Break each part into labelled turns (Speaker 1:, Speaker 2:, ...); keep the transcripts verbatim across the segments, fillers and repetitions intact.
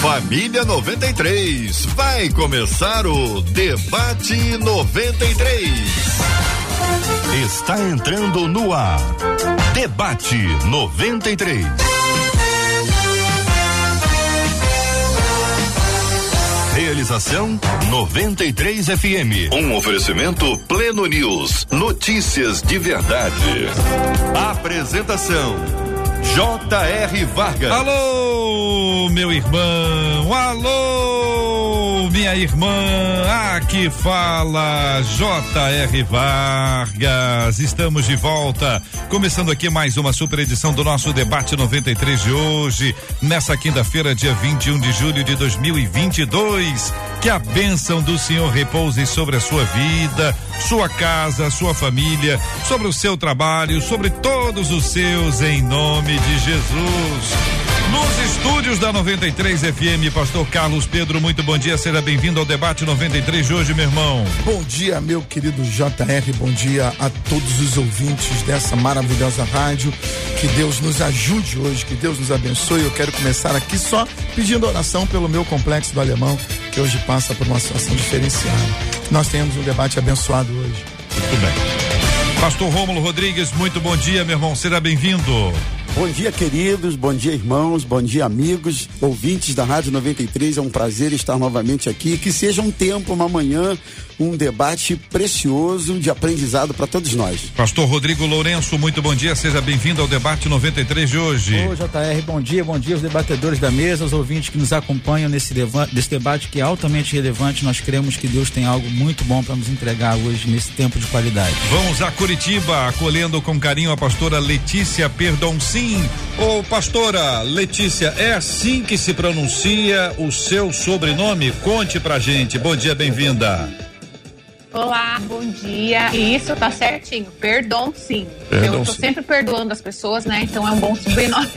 Speaker 1: Família noventa e três, vai começar o Debate noventa e três. Está entrando no ar. Debate noventa e três. Realização noventa e três F M. Um oferecimento Pleno News. Notícias de verdade. Apresentação J R Vargas.
Speaker 2: Alô, meu irmão, alô, minha irmã, aqui fala J R Vargas. Estamos de volta, começando aqui mais uma super edição do nosso Debate noventa e três de hoje, nessa quinta-feira, dia vinte e um de julho de dois mil e vinte e dois. Que a bênção do Senhor repouse sobre a sua vida, sua casa, sua família, sobre o seu trabalho, sobre todos os seus, em nome de Jesus. Nos estúdios da noventa e três F M, pastor Carlos Pedro, muito bom dia, seja bem-vindo ao Debate noventa e três de hoje, meu irmão.
Speaker 3: Bom dia, meu querido J R, bom dia a todos os ouvintes dessa maravilhosa rádio, que Deus nos ajude hoje, que Deus nos abençoe. Eu quero começar aqui só pedindo oração pelo meu complexo do Alemão, que hoje passa por uma situação diferenciada. Nós temos um debate abençoado hoje.
Speaker 2: Muito bem. Pastor Rômulo Rodrigues, muito bom dia, meu irmão, seja bem-vindo.
Speaker 4: Bom dia, queridos, bom dia, irmãos, bom dia, amigos, ouvintes da Rádio noventa e três, é um prazer estar novamente aqui, que seja um tempo, uma manhã, um debate precioso de aprendizado para todos nós.
Speaker 2: Pastor Rodrigo Lourenço, muito bom dia, seja bem-vindo ao Debate noventa e três de hoje.
Speaker 5: Ô J R, bom dia, bom dia aos debatedores da mesa, aos ouvintes que nos acompanham nesse, deva- nesse debate que é altamente relevante. Nós cremos que Deus tem algo muito bom para nos entregar hoje nesse tempo de qualidade.
Speaker 2: Vamos a Curitiba, acolhendo com carinho a pastora Letícia Perdoncin. Ô pastora Letícia, é assim que se pronuncia o seu sobrenome? Conte pra gente, bom dia, bem-vinda.
Speaker 6: Olá, bom dia. E isso tá certinho, perdão sim. Perdão, eu tô sim. sempre perdoando as pessoas, né? Então é um bom sobrenome.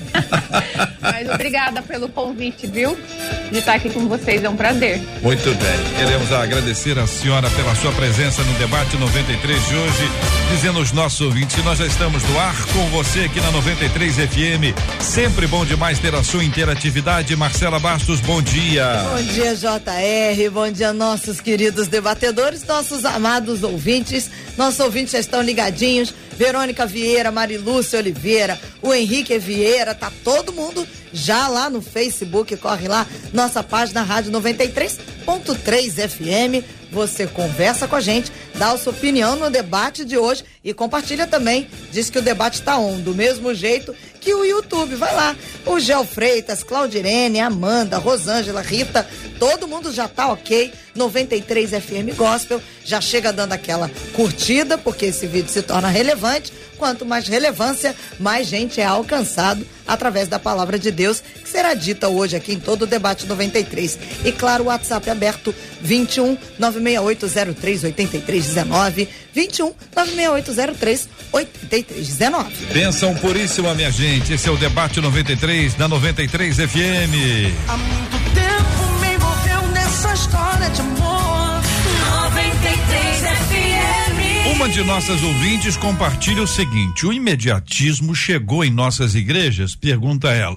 Speaker 6: Mas obrigada pelo convite, viu? De estar aqui com vocês, é um prazer.
Speaker 2: Muito bem, queremos agradecer a senhora pela sua presença no Debate noventa e três de hoje, dizendo aos nossos ouvintes que nós já estamos no ar com você aqui na noventa e três F M, sempre bom demais ter a sua interatividade. Marcela Bastos, bom dia.
Speaker 7: Bom dia, J R, bom dia, nossos queridos debatedores, nossos amados ouvintes. Nossos ouvintes já estão ligadinhos. Verônica Vieira, Marilúcia Oliveira, o Henrique Vieira, tá todo mundo já lá no Facebook, corre lá, nossa página Rádio noventa e três ponto três F M. Você conversa com a gente, dá a sua opinião no debate de hoje e compartilha também. Diz que o debate tá on, do mesmo jeito que o YouTube. Vai lá, o Gel Freitas, Claudirene, Amanda, Rosângela, Rita, todo mundo já tá ok. noventa e três F M Gospel, já chega dando aquela curtida, porque esse vídeo se torna relevante. Quanto mais relevância, mais gente é alcançado através da palavra de Deus, que será dita hoje aqui em todo o Debate noventa e três. E claro, o WhatsApp aberto vinte e um, nove seis oito zero três, oito três um nove, vinte e um, nove seis oito zero três, oito três um nove.
Speaker 2: Bênção puríssima, minha gente, esse é o Debate noventa e três da noventa e três F M.
Speaker 8: Há muito tempo me envolveu nessa história de amor. noventa e três F M.
Speaker 2: Uma de nossas ouvintes compartilha o seguinte: o imediatismo chegou em nossas igrejas? Pergunta ela.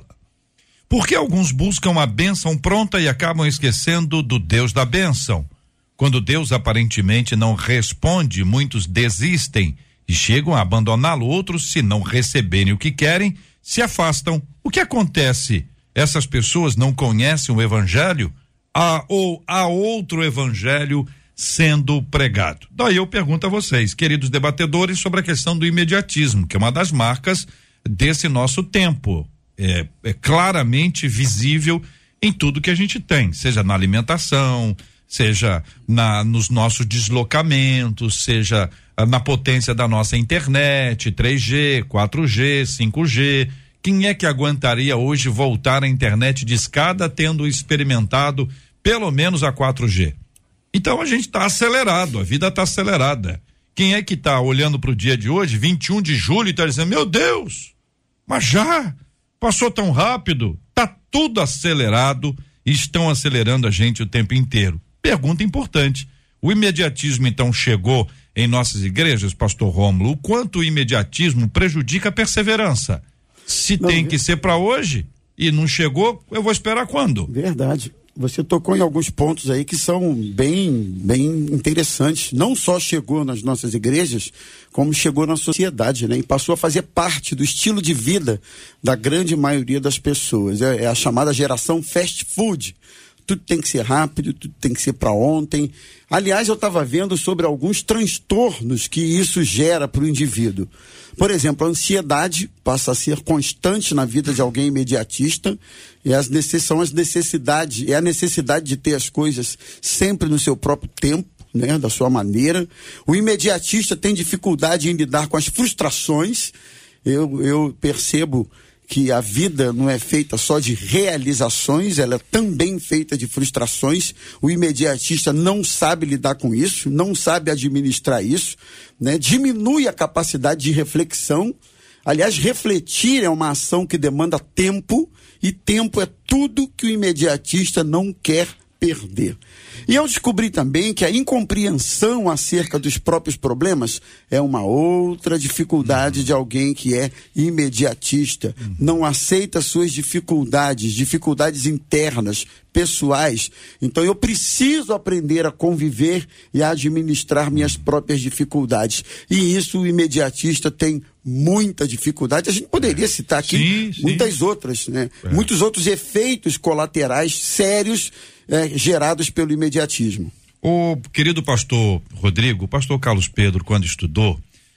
Speaker 2: Por que alguns buscam a bênção pronta e acabam esquecendo do Deus da bênção? Quando Deus aparentemente não responde, muitos desistem e chegam a abandoná-lo. Outros, se não receberem o que querem, se afastam. O que acontece? Essas pessoas não conhecem o evangelho? Há, ou há outro evangelho sendo pregado? Daí eu pergunto a vocês, queridos debatedores, sobre a questão do imediatismo, que é uma das marcas desse nosso tempo. É, é claramente visível em tudo que a gente tem, seja na alimentação, seja na, nos nossos deslocamentos, seja na potência da nossa internet, três G, quatro G, cinco G. Quem é que aguentaria hoje voltar à internet de escada tendo experimentado pelo menos a quatro G? Então a gente está acelerado, a vida está acelerada. Quem é que está olhando para o dia de hoje, vinte e um de julho, e está dizendo, meu Deus, mas já passou tão rápido? Tá tudo acelerado e estão acelerando a gente o tempo inteiro. Pergunta importante: o imediatismo então chegou em nossas igrejas, pastor Rômulo? O quanto o imediatismo prejudica a perseverança? Se
Speaker 4: Não,
Speaker 2: tem que ser para hoje, e não chegou, eu vou esperar quando?
Speaker 4: Verdade. Você tocou em alguns pontos aí que são bem, bem interessantes. Não só chegou nas nossas igrejas, como chegou na sociedade, né? E passou a fazer parte do estilo de vida da grande maioria das pessoas. É, é a chamada geração fast food. Tudo tem que ser rápido, tudo tem que ser para ontem. Aliás, eu estava vendo sobre alguns transtornos que isso gera para o indivíduo. Por exemplo, a ansiedade passa a ser constante na vida de alguém imediatista, e as necess, são as necessidades, é a necessidade de ter as coisas sempre no seu próprio tempo, né, da sua maneira. O imediatista tem dificuldade em lidar com as frustrações. Eu, eu percebo que a vida não é feita só de realizações, ela é também feita de frustrações. O imediatista não sabe lidar com isso, não sabe administrar isso, né? Diminui a capacidade de reflexão. Aliás, refletir é uma ação que demanda tempo, e tempo é tudo que o imediatista não quer perder. E eu descobri também que a incompreensão acerca dos próprios problemas é uma outra dificuldade uhum. de alguém que é imediatista. Uhum. Não aceita suas dificuldades, dificuldades internas, pessoais. Então eu preciso aprender a conviver e a administrar minhas próprias dificuldades. E isso o imediatista tem muita dificuldade. A gente poderia citar aqui sim, muitas sim. outras, né? É. Muitos outros efeitos colaterais sérios é, gerados pelo imediatismo.
Speaker 2: O querido pastor Rodrigo, o pastor Carlos Pedro, quando estudou,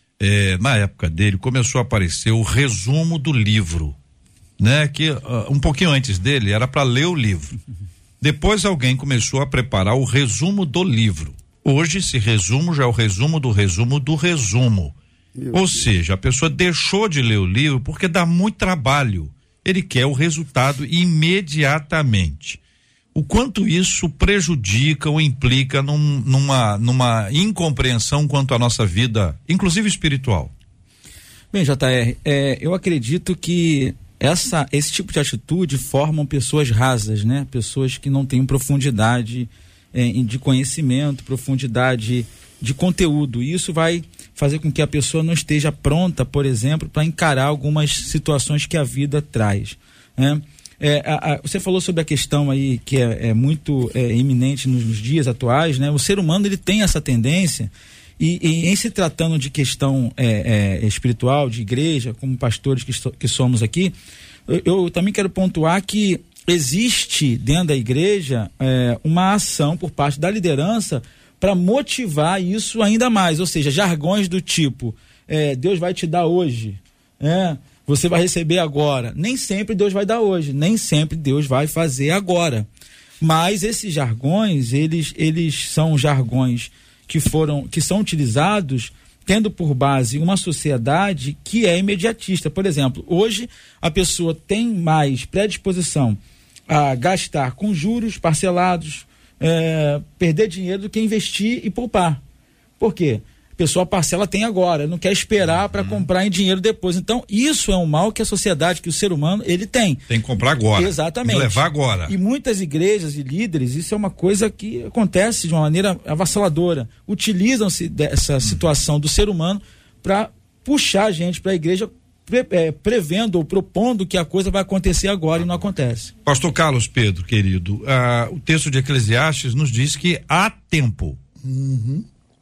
Speaker 2: é, na época dele, começou a aparecer o resumo do livro, né? Que uh, um pouquinho antes dele era para ler o livro. Depois alguém começou a preparar o resumo do livro. Hoje esse resumo já é o resumo do resumo do resumo. Meu Ou Deus. seja, a pessoa deixou de ler o livro porque dá muito trabalho. Ele quer o resultado imediatamente. O quanto isso prejudica ou implica num, numa, numa incompreensão quanto à nossa vida, inclusive espiritual?
Speaker 5: Bem, J R, é, eu acredito que essa, esse tipo de atitude formam pessoas rasas, né? Pessoas que não têm profundidade é, de conhecimento, profundidade de conteúdo. E isso vai fazer com que a pessoa não esteja pronta, por exemplo, para encarar algumas situações que a vida traz, né? É, a, a, você falou sobre a questão aí que é, é muito é, iminente nos, nos dias atuais, né? O ser humano ele tem essa tendência e, e em se tratando de questão é, é, espiritual, de igreja, como pastores que, so, que somos aqui, eu, eu também quero pontuar que existe dentro da igreja é, uma ação por parte da liderança para motivar isso ainda mais, ou seja, jargões do tipo é, Deus vai te dar hoje, é, você vai receber agora. Nem sempre Deus vai dar hoje, nem sempre Deus vai fazer agora. Mas esses jargões, eles, eles são jargões que foram, que são utilizados tendo por base uma sociedade que é imediatista. Por exemplo, hoje a pessoa tem mais predisposição a gastar com juros parcelados, é, perder dinheiro do que investir e poupar. Por quê? A pessoa parcela tem agora, não quer esperar para comprar em dinheiro depois. Então, isso é um mal que a sociedade, que o ser humano, ele tem.
Speaker 2: Tem que comprar agora.
Speaker 5: Exatamente.
Speaker 2: Tem que levar agora.
Speaker 5: E muitas igrejas e líderes, isso é uma coisa que acontece de uma maneira avassaladora. Utilizam-se dessa situação do ser humano para puxar a gente para a igreja, pre, é, prevendo ou propondo que a coisa vai acontecer agora e não acontece.
Speaker 2: Pastor Carlos Pedro, querido, uh, o texto de Eclesiastes nos diz que há tempo.
Speaker 3: Uhum.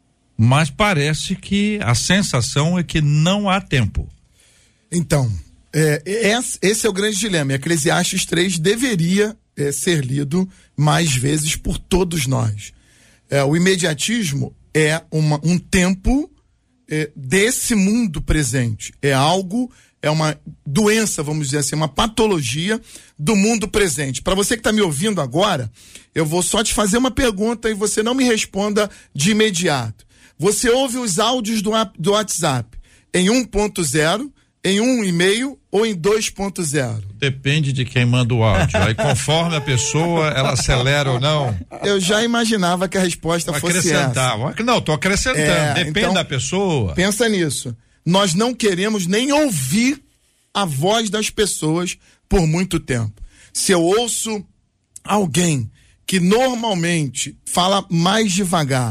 Speaker 2: Mas parece que a sensação é que não há tempo.
Speaker 3: Então, é, esse é o grande dilema. Eclesiastes três deveria é, ser lido mais vezes por todos nós. É, o imediatismo é uma, um tempo é, desse mundo presente. É algo, é uma doença, vamos dizer assim, uma patologia do mundo presente. Para você que está me ouvindo agora, eu vou só te fazer uma pergunta e você não me responda de imediato. Você ouve os áudios do, do WhatsApp em um ponto zero, em um e meio ou em dois ponto zero?
Speaker 2: Depende de quem manda o áudio. Aí conforme a pessoa, ela acelera ou não.
Speaker 3: Eu já imaginava que a resposta
Speaker 2: Vou
Speaker 3: fosse
Speaker 2: acrescentar.
Speaker 3: essa.
Speaker 2: Não, tô acrescentando.
Speaker 3: É,
Speaker 2: Depende
Speaker 3: então,
Speaker 2: da pessoa.
Speaker 3: Pensa nisso. Nós não queremos nem ouvir a voz das pessoas por muito tempo. Se eu ouço alguém que normalmente fala mais devagar,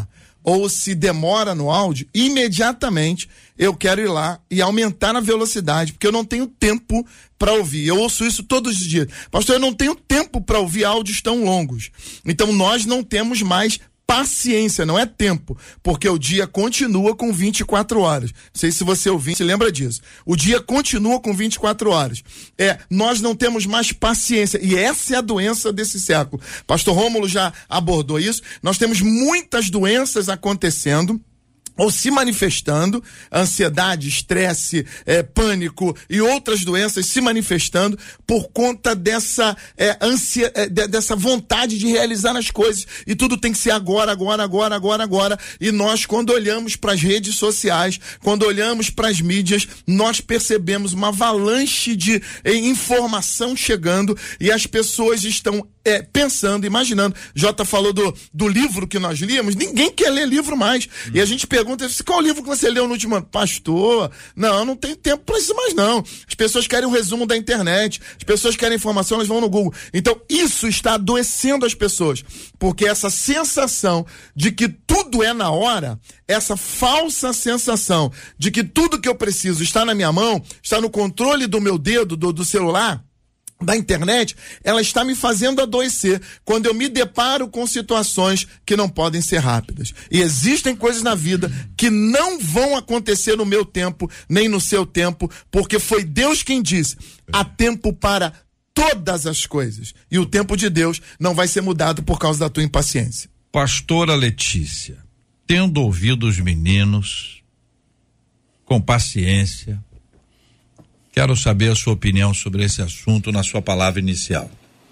Speaker 3: ou se demora no áudio, imediatamente eu quero ir lá e aumentar a velocidade, porque eu não tenho tempo para ouvir. Eu ouço isso todos os dias. Pastor, eu não tenho tempo para ouvir áudios tão longos. Então nós não temos mais paciência, não é tempo, porque o dia continua com vinte e quatro horas. Não sei se você ouvinte se lembra disso. O dia continua com vinte e quatro horas. É, nós não temos mais paciência, e essa é a doença desse século. Pastor Rômulo já abordou isso. Nós temos muitas doenças acontecendo ou se manifestando, ansiedade, estresse, é, pânico e outras doenças se manifestando por conta dessa, é, ansia, é, de, dessa vontade de realizar as coisas, e tudo tem que ser agora, agora, agora, agora, agora, e nós, quando olhamos para as redes sociais, quando olhamos para as mídias, nós percebemos uma avalanche de é, informação chegando, e as pessoas estão É, pensando, imaginando. Jota falou do, do livro que nós líamos. Ninguém quer ler livro mais. Hum. E a gente pergunta, qual livro que você leu no último ano? Pastor, não, não tem tempo para isso mais não. As pessoas querem um resumo da internet, as pessoas querem informação, elas vão no Google. Então isso está adoecendo as pessoas, porque essa sensação de que tudo é na hora, essa falsa sensação de que tudo que eu preciso está na minha mão, está no controle do meu dedo, do, do celular, da internet, ela está me fazendo adoecer quando eu me deparo com situações que não podem ser rápidas. E existem coisas na vida que não vão acontecer no meu tempo, nem no seu tempo, porque foi Deus quem disse: há tempo para todas as coisas. E o tempo de Deus não vai ser mudado por causa da tua impaciência.
Speaker 2: Pastora Letícia, tendo ouvido os meninos com paciência, quero saber a sua opinião sobre esse assunto na sua palavra inicial.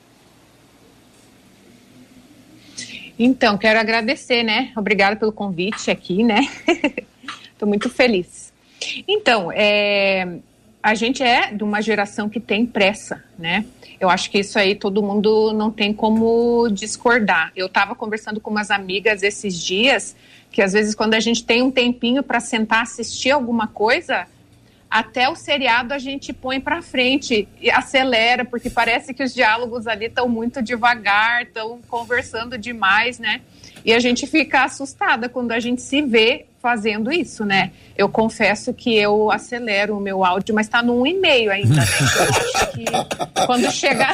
Speaker 6: Então, quero agradecer, né? Obrigada pelo convite aqui, né? Estou muito feliz. Então, é, a gente é de uma geração que tem pressa, né? Eu acho que isso aí todo mundo não tem como discordar. Eu estava conversando com umas amigas esses dias, que às vezes quando a gente tem um tempinho para sentar assistir alguma coisa, até o seriado a gente põe para frente e acelera, porque parece que os diálogos ali estão muito devagar, estão conversando demais, né? E a gente fica assustada quando a gente se vê fazendo isso, né? Eu confesso que eu acelero o meu áudio, mas está no um e meio ainda, né? Eu acho que quando chegar...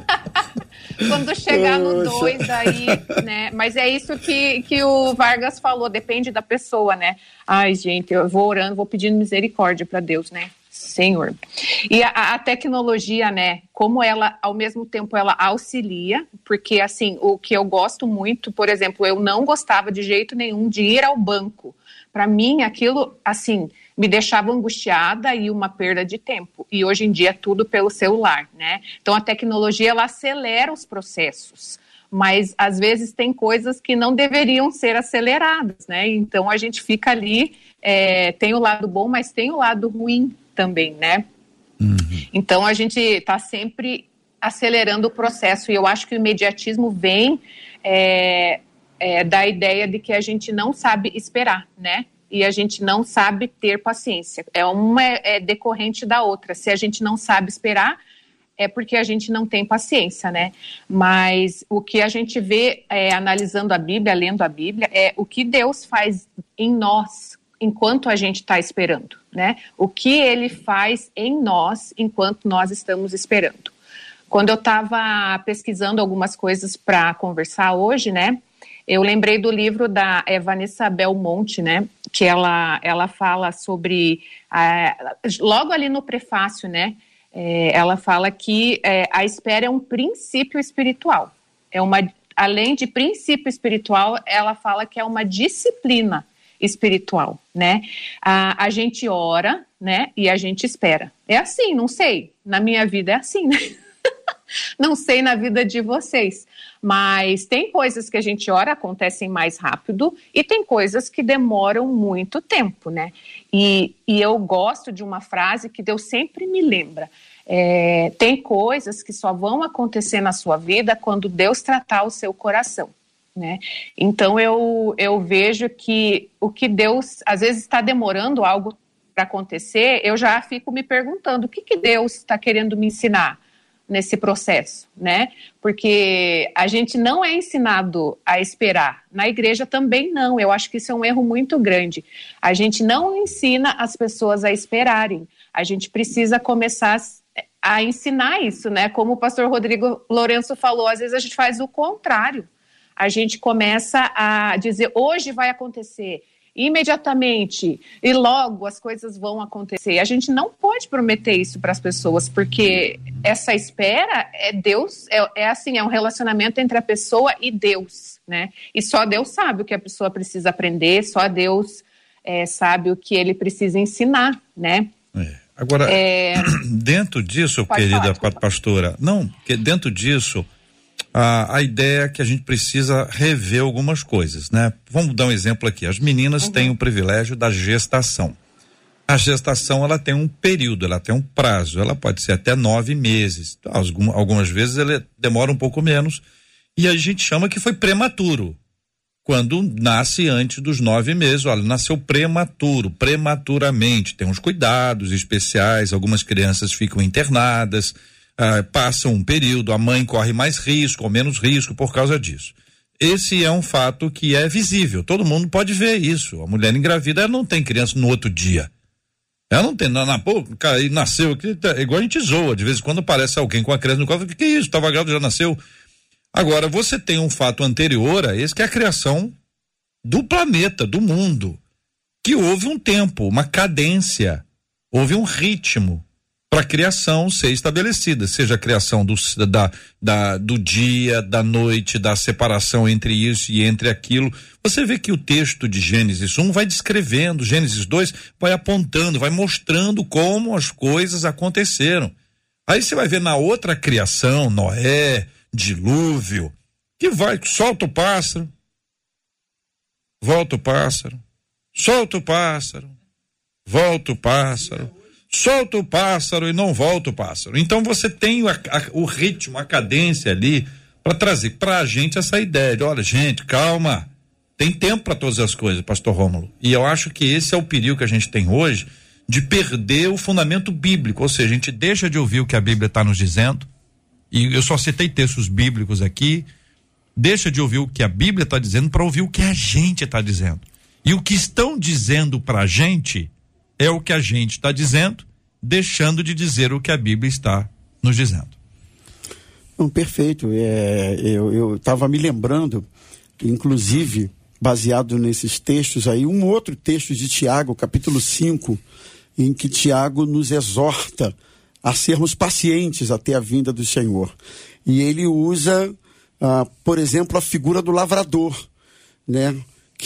Speaker 6: Quando chegar no dois, aí, né? Mas é isso que, que o Vargas falou, depende da pessoa, né? Ai, gente, eu vou orando, vou pedindo misericórdia para Deus, né? Senhor. E a, a tecnologia, né? Como ela, ao mesmo tempo, ela auxilia, porque, assim, o que eu gosto muito, por exemplo, eu não gostava de jeito nenhum de ir ao banco. Para mim, aquilo, assim, me deixava angustiada e uma perda de tempo. E hoje em dia é tudo pelo celular, né? Então a tecnologia, ela acelera os processos, mas às vezes tem coisas que não deveriam ser aceleradas, né? Então a gente fica ali, é, tem o lado bom, mas tem o lado ruim também, né? Uhum. Então a gente está sempre acelerando o processo, e eu acho que o imediatismo vem é, é, da ideia de que a gente não sabe esperar, né? E a gente não sabe ter paciência. É uma é decorrente da outra. Se a gente não sabe esperar, é porque a gente não tem paciência, né? Mas o que a gente vê é, analisando a Bíblia, lendo a Bíblia, é o que Deus faz em nós enquanto a gente está esperando, né? O que Ele faz em nós enquanto nós estamos esperando. Quando eu estava pesquisando algumas coisas para conversar hoje, né? Eu lembrei do livro da é, Vanessa Belmonte, né? Que ela, ela fala sobre, ah, logo ali no prefácio, né? É, ela fala que é, a espera é um princípio espiritual. É uma, além de princípio espiritual, ela fala que é uma disciplina espiritual, né? A, a gente ora, né? E a gente espera. É assim, não sei. Na minha vida é assim, né? Não sei na vida de vocês, mas tem coisas que a gente ora, acontecem mais rápido, e tem coisas que demoram muito tempo, né? E, e eu gosto de uma frase que Deus sempre me lembra. É, tem coisas que só vão acontecer na sua vida quando Deus tratar o seu coração, né? Então eu, eu vejo que o que Deus, às vezes está demorando algo para acontecer, eu já fico me perguntando, o que, que Deus está querendo me ensinar? nesse processo, né? Porque a gente não é ensinado a esperar. Na igreja também não. Eu acho que isso é um erro muito grande. A gente não ensina as pessoas a esperarem. A gente precisa começar a ensinar isso, né? Como o pastor Rodrigo Lourenço falou, às vezes a gente faz o contrário. A gente começa a dizer, hoje vai acontecer, imediatamente, e logo as coisas vão acontecer. A gente não pode prometer isso para as pessoas, porque essa espera é Deus, é, é assim, é um relacionamento entre a pessoa e Deus, né? E só Deus sabe o que a pessoa precisa aprender, só Deus é, sabe o que ele precisa ensinar, né?
Speaker 2: É. Agora, é... dentro disso, pode querida falar, pastora, não, que dentro disso, A, a ideia é que a gente precisa rever algumas coisas, né? Vamos dar um exemplo aqui. As meninas uhum. têm o privilégio da gestação. A gestação, ela tem um período, ela tem um prazo, ela pode ser até nove meses. Algum, algumas vezes ela demora um pouco menos e a gente chama que foi prematuro. Quando nasce antes dos nove meses, olha, nasceu prematuro, prematuramente. Tem uns cuidados especiais, algumas crianças ficam internadas, Uh, passa um período, a mãe corre mais risco ou menos risco por causa disso. Esse é um fato que é visível, todo mundo pode ver isso. A mulher engravida, ela não tem criança no outro dia. Ela não tem, na, na pouco, cara, e nasceu, é igual a gente zoa, de vez em quando aparece alguém com a criança no colo, o que, que é isso? Estava grávida, já nasceu. Agora, você tem um fato anterior a esse, que é a criação do planeta, do mundo, que houve um tempo, uma cadência, houve um ritmo para a criação ser estabelecida, seja a criação do, da, da, do dia, da noite, da separação entre isso e entre aquilo. Você vê que o texto de Gênesis um vai descrevendo, Gênesis dois vai apontando, vai mostrando como as coisas aconteceram. Aí você vai ver na outra criação, Noé, dilúvio, que vai, solta o pássaro, volta o pássaro, solta o pássaro, volta o pássaro, solta o pássaro e não volta o pássaro. Então você tem a, a, o ritmo, a cadência ali para trazer para a gente essa ideia de, olha, gente, calma, tem tempo para todas as coisas, pastor Rômulo. E eu acho que esse é o perigo que a gente tem hoje de perder o fundamento bíblico, ou seja, a gente deixa de ouvir o que a Bíblia está nos dizendo, e eu só citei textos bíblicos aqui, deixa de ouvir o que a Bíblia está dizendo para ouvir o que a gente está dizendo. E o que estão dizendo para a gente é o que a gente está dizendo, deixando de dizer o que a Bíblia está nos dizendo.
Speaker 4: Não, perfeito. É, eu estava me lembrando, inclusive, baseado nesses textos aí, um outro texto de Tiago, capítulo cinco, em que Tiago nos exorta a sermos pacientes até a vinda do Senhor. E ele usa, ah, por exemplo, a figura do lavrador, né?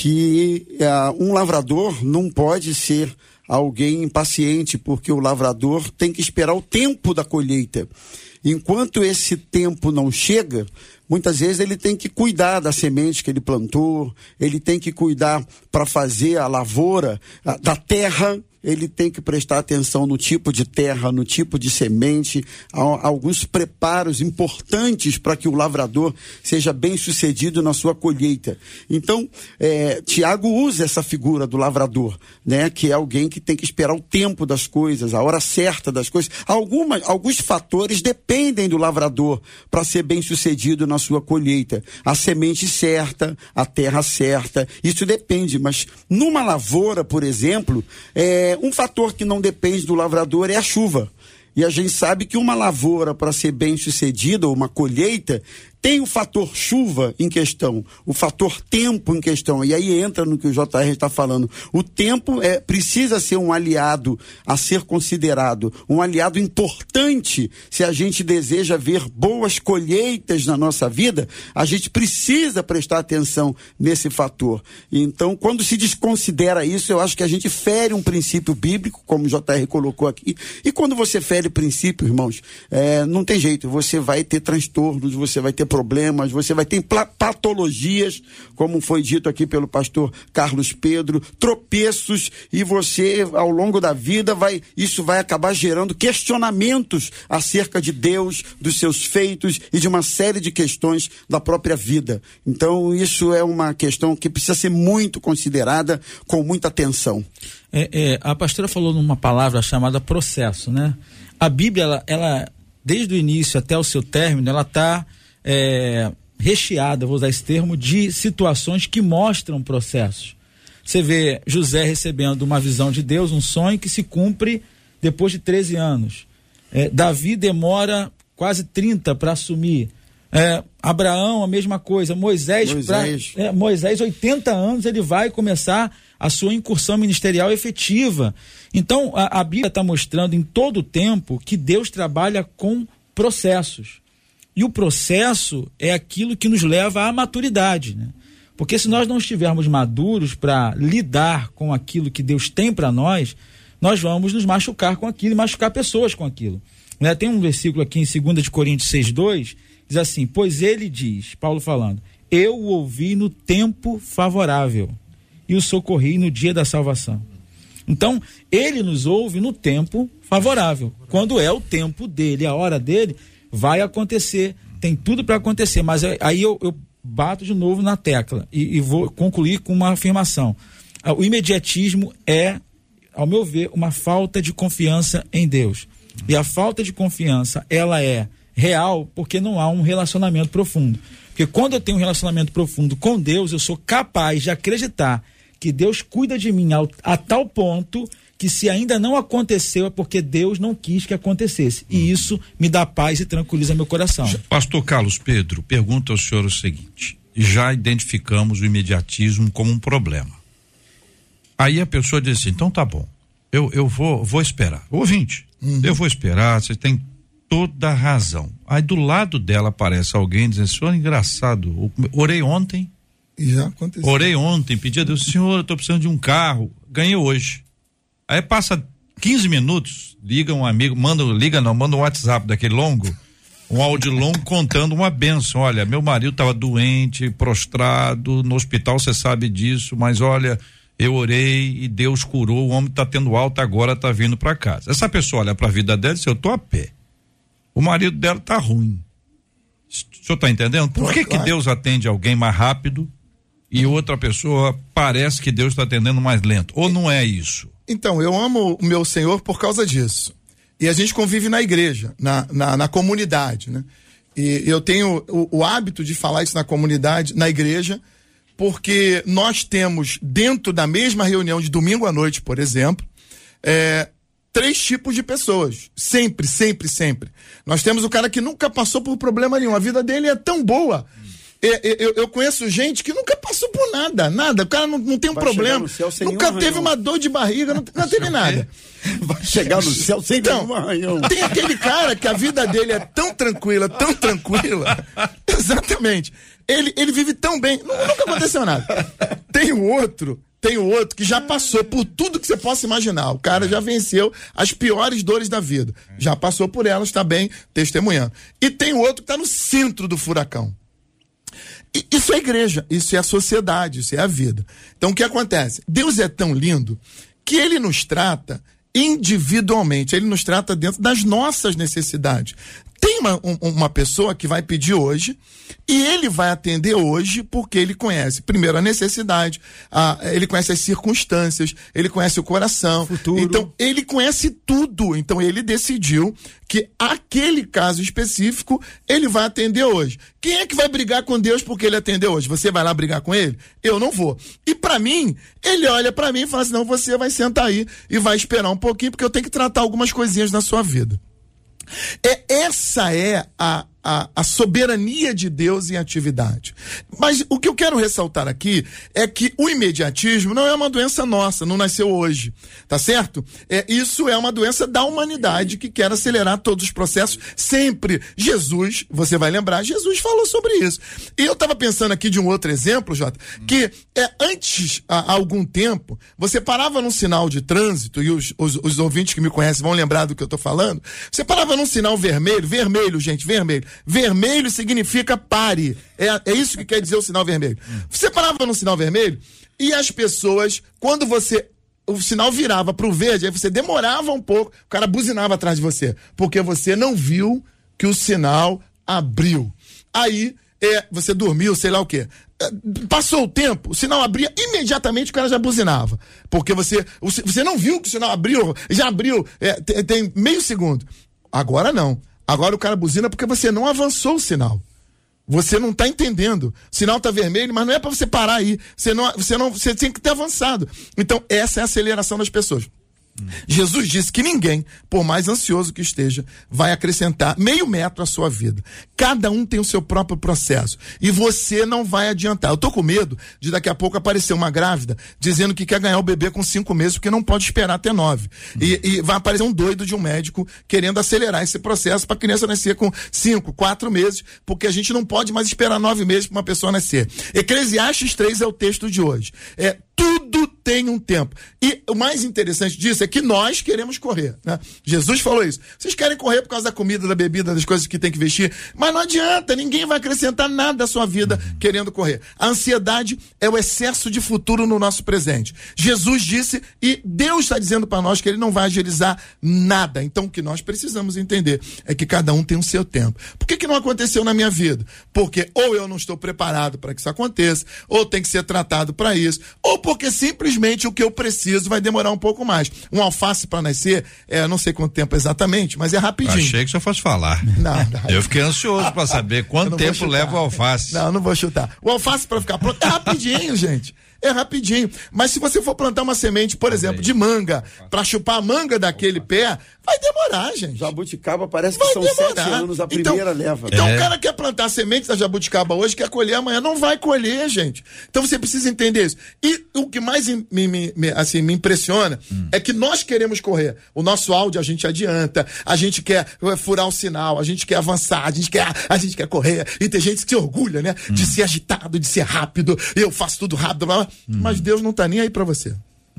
Speaker 4: Que ah, um lavrador não pode ser alguém impaciente, porque o lavrador tem que esperar o tempo da colheita. Enquanto esse tempo não chega, muitas vezes ele tem que cuidar da semente que ele plantou, ele tem que cuidar para fazer a lavoura a, da terra, ele tem que prestar atenção no tipo de terra, no tipo de semente, há alguns preparos importantes para que o lavrador seja bem sucedido na sua colheita. Então, é, Tiago usa essa figura do lavrador, né, que é alguém que tem que esperar o tempo das coisas, a hora certa das coisas. Alguma, alguns fatores dependem do lavrador para ser bem sucedido na sua colheita. A semente certa, a terra certa, isso depende, mas numa lavoura, por exemplo, é, um fator que não depende do lavrador é a chuva. E a gente sabe que uma lavoura, para ser bem sucedida, ou uma colheita, tem o fator chuva em questão, o fator tempo em questão, e aí entra no que o J R está falando. O tempo é, precisa ser um aliado a ser considerado, um aliado importante. Se a gente deseja ver boas colheitas na nossa vida, a gente precisa prestar atenção nesse fator. Então, quando se desconsidera isso, eu acho que a gente fere um princípio bíblico, como o J R colocou aqui, e quando você fere princípio, irmãos, é, não tem jeito, você vai ter transtornos, você vai ter problemas, você vai ter patologias, como foi dito aqui pelo pastor Carlos Pedro, tropeços, e você, ao longo da vida, vai, isso vai acabar gerando questionamentos acerca de Deus, dos seus feitos e de uma série de questões da própria vida. Então, isso é uma questão que precisa ser muito considerada, com muita atenção.
Speaker 5: É, é, a pastora falou numa palavra chamada processo, né? A Bíblia, ela, ela desde o início até o seu término, ela está é, recheada, vou usar esse termo, de situações que mostram processos. Você vê José recebendo uma visão de Deus, um sonho que se cumpre depois de treze anos. É, Davi demora quase trinta para assumir. É, Abraão, a mesma coisa. Moisés,
Speaker 4: Moisés.
Speaker 5: Pra, é, Moisés, oitenta anos, ele vai começar a sua incursão ministerial efetiva. Então, a, a Bíblia está mostrando em todo o tempo que Deus trabalha com processos. E o processo é aquilo que nos leva à maturidade, né? Porque se nós não estivermos maduros para lidar com aquilo que Deus tem para nós, nós vamos nos machucar com aquilo e machucar pessoas com aquilo. Né? Tem um versículo aqui em dois de Coríntios seis, dois, diz assim: pois ele diz, Paulo falando, eu o ouvi no tempo favorável e o socorri no dia da salvação. Então, ele nos ouve no tempo favorável. Quando é o tempo dele, a hora dele, vai acontecer, tem tudo para acontecer, mas aí eu, eu bato de novo na tecla e, e vou concluir com uma afirmação. O imediatismo é, ao meu ver, uma falta de confiança em Deus. E a falta de confiança, ela é real porque não há um relacionamento profundo. Porque quando eu tenho um relacionamento profundo com Deus, eu sou capaz de acreditar que Deus cuida de mim ao, a tal ponto que se ainda não aconteceu é porque Deus não quis que acontecesse. E isso me dá paz e tranquiliza meu coração.
Speaker 2: Pastor Carlos Pedro, pergunta ao senhor o seguinte: já identificamos o imediatismo como um problema. Aí a pessoa diz assim, então tá bom, eu, eu vou, vou esperar. Ouvinte, uhum. eu vou esperar, você tem toda a razão. Aí do lado dela aparece alguém dizendo, senhor, engraçado, orei ontem,
Speaker 3: já aconteceu.
Speaker 2: Orei ontem, pedi a Deus, senhor, eu tô precisando de um carro, ganhei hoje. Aí passa quinze minutos, liga um amigo, manda, liga não, manda um WhatsApp daquele longo, um áudio longo contando uma bênção. Olha, meu marido estava doente, prostrado no hospital, você sabe disso, mas olha, eu orei e Deus curou, o homem está tendo alta agora, está vindo para casa. Essa pessoa olha para a vida dela e diz, eu tô a pé. O marido dela tá ruim. O senhor tá entendendo? Por que que Deus atende alguém mais rápido e outra pessoa parece que Deus está atendendo mais lento? Ou não é isso?
Speaker 3: Então, eu amo o meu Senhor por causa disso. E a gente convive na igreja, na, na, na comunidade, né? E eu tenho o, o hábito de falar isso na comunidade, na igreja, porque nós temos dentro da mesma reunião de domingo à noite, por exemplo, é, três tipos de pessoas. Sempre, sempre, sempre. Nós temos o cara que nunca passou por problema nenhum. A vida dele é tão boa. Eu, eu, eu conheço gente que nunca passou por nada, nada. O cara não, não tem um
Speaker 4: Vai
Speaker 3: problema. Nunca teve
Speaker 4: arranhão.
Speaker 3: uma dor de barriga, não, não teve nada.
Speaker 4: Vai chegar no céu sem
Speaker 3: então,
Speaker 4: nenhum arranhão.
Speaker 3: Tem aquele cara que a vida dele é tão tranquila, tão tranquila. Exatamente. Ele, ele vive tão bem, nunca aconteceu nada. Tem o outro, tem o outro que já passou por tudo que você possa imaginar. O cara já venceu as piores dores da vida. Já passou por elas, está bem testemunhando. E tem o outro que está no centro do furacão. E isso é a igreja, isso é a sociedade, isso é a vida. Então o que acontece? Deus é tão lindo que ele nos trata individualmente, ele nos trata dentro das nossas necessidades. Tem uma, um, uma pessoa que vai pedir hoje e ele vai atender hoje porque ele conhece, primeiro, a necessidade, a, ele conhece as circunstâncias, ele conhece o coração,
Speaker 4: futuro.
Speaker 3: Então ele conhece tudo, então ele decidiu que aquele caso específico ele vai atender hoje. Quem é que vai brigar com Deus porque ele atendeu hoje? Você vai lá brigar com ele? Eu não vou. E pra mim, ele olha pra mim e fala assim, não, você vai sentar aí e vai esperar um pouquinho porque eu tenho que tratar algumas coisinhas na sua vida. É, essa é a, a, a soberania de Deus em atividade. Mas o que eu quero ressaltar aqui é que o imediatismo não é uma doença nossa, não nasceu hoje, tá certo? É, isso é uma doença da humanidade que quer acelerar todos os processos sempre. Jesus, você vai lembrar, Jesus falou sobre isso. E eu estava pensando aqui de um outro exemplo, Jota, que é, antes, há, há algum tempo, você parava num sinal de trânsito, e os, os, os ouvintes que me conhecem vão lembrar do que eu estou falando, você parava num sinal vermelho, vermelho, gente, vermelho. Vermelho significa pare. É, é isso que quer dizer o sinal vermelho. Você parava no sinal vermelho e as pessoas, quando você, o sinal virava pro verde, aí você demorava um pouco, o cara buzinava atrás de você, porque você não viu que o sinal abriu. Aí, é, você dormiu, sei lá o quê. Passou o tempo, o sinal abria, imediatamente o cara já buzinava. Porque você, você não viu que o sinal abriu, já abriu, é, tem, tem meio segundo. Agora não. Agora o cara buzina porque você não avançou o sinal. Você não está entendendo. O sinal está vermelho, mas não é para você parar aí. Você, não, você, não, você tem que ter avançado. Então, essa é a aceleração das pessoas. Jesus disse que ninguém, por mais ansioso que esteja, vai acrescentar meio metro à sua vida. Cada um tem o seu próprio processo. E você não vai adiantar. Eu tô com medo de daqui a pouco aparecer uma grávida dizendo que quer ganhar o bebê com cinco meses porque não pode esperar até nove. Hum. E, e vai aparecer um doido de um médico querendo acelerar esse processo para a criança nascer com cinco, quatro meses, porque a gente não pode mais esperar nove meses para uma pessoa nascer. Eclesiastes três é o texto de hoje. É tudo tem um tempo. E o mais interessante disso é que nós queremos correr, né? Jesus falou isso. Vocês querem correr por causa da comida, da bebida, das coisas que tem que vestir, mas não adianta, ninguém vai acrescentar nada à sua vida uhum. querendo correr. A ansiedade é o excesso de futuro no nosso presente. Jesus disse e Deus está dizendo para nós que ele não vai agilizar nada. Então o que nós precisamos entender é que cada um tem o seu tempo. Por que que não aconteceu na minha vida? Porque ou eu não estou preparado para que isso aconteça, ou tem que ser tratado para isso, ou porque simplesmente o que eu preciso vai demorar um pouco mais. Um alface para nascer, é, não sei quanto tempo exatamente, mas é rapidinho.
Speaker 2: Achei que você fosse falar.
Speaker 3: Não, não.
Speaker 2: Eu fiquei ansioso para saber quanto tempo leva o alface.
Speaker 3: Não, não vou chutar. O alface para ficar pronto é rapidinho, gente. É rapidinho. Mas se você for plantar uma semente, por exemplo, de manga, para chupar a manga daquele pé, vai demorar, gente.
Speaker 4: Jabuticaba parece que
Speaker 3: vai
Speaker 4: são
Speaker 3: demorar.
Speaker 4: sete anos a primeira
Speaker 3: então,
Speaker 4: leva.
Speaker 3: Então
Speaker 2: é.
Speaker 3: o cara quer plantar a semente da jabuticaba hoje, quer colher amanhã, não vai colher, gente. Então você precisa entender isso. E o que mais me, me, me, assim, me impressiona hum. é que nós queremos correr. O nosso áudio a gente adianta, a gente quer furar o sinal, a gente quer avançar, a gente quer, a gente quer correr. E tem gente que se orgulha, né? Hum. De ser agitado, de ser rápido, eu faço tudo rápido, blá, blá. Hum. Mas Deus não tá nem aí para você.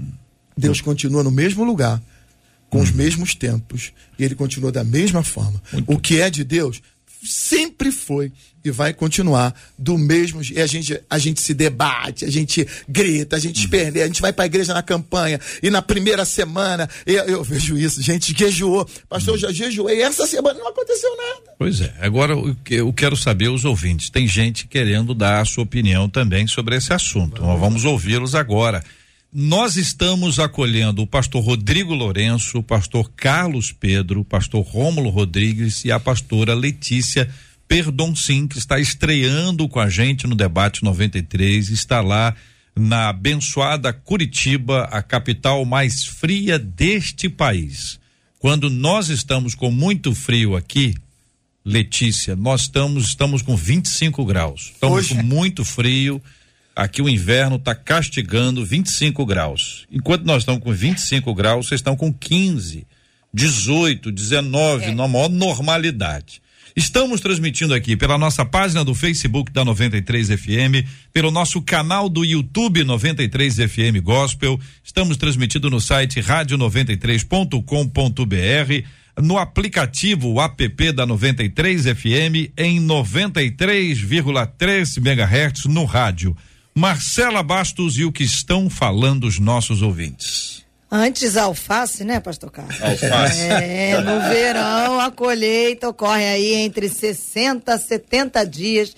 Speaker 3: Deus continua no mesmo lugar, com hum. os mesmos tempos, e ele continua da mesma forma. Muito. O que é de Deus sempre foi e vai continuar do mesmo jeito. E a gente, a gente se debate, a gente grita, a gente espera, a gente vai para a igreja na campanha e na primeira semana eu, eu vejo isso, gente jejuou, pastor, eu já jejuei, essa semana não aconteceu nada.
Speaker 2: Pois é, agora eu quero saber os ouvintes, tem gente querendo dar a sua opinião também sobre esse assunto, nós vamos ouvi-los agora. Nós estamos acolhendo o pastor Rodrigo Lourenço, o pastor Carlos Pedro, o pastor Rômulo Rodrigues e a pastora Letícia Perdoncin, que está estreando com a gente no Debate noventa e três, está lá na abençoada Curitiba, a capital mais fria deste país. Quando nós estamos com muito frio aqui, Letícia, nós estamos, estamos com vinte e cinco graus, estamos Poxa. com muito frio. Aqui o inverno está castigando vinte e cinco graus. Enquanto nós estamos com vinte e cinco graus, vocês estão com quinze, dezoito, dezenove, é. na maior normalidade. Estamos transmitindo aqui pela nossa página do Facebook da noventa e três F M, pelo nosso canal do YouTube noventa e três F M Gospel. Estamos transmitindo no site rádio noventa e três ponto com ponto b r, no aplicativo o app da noventa e três F M em noventa e três vírgula três megahertz no rádio. Marcela Bastos e o que estão falando os nossos ouvintes.
Speaker 7: Antes a alface, né, pastor Carlos?
Speaker 2: Alface.
Speaker 7: É, no verão a colheita ocorre aí entre sessenta a setenta dias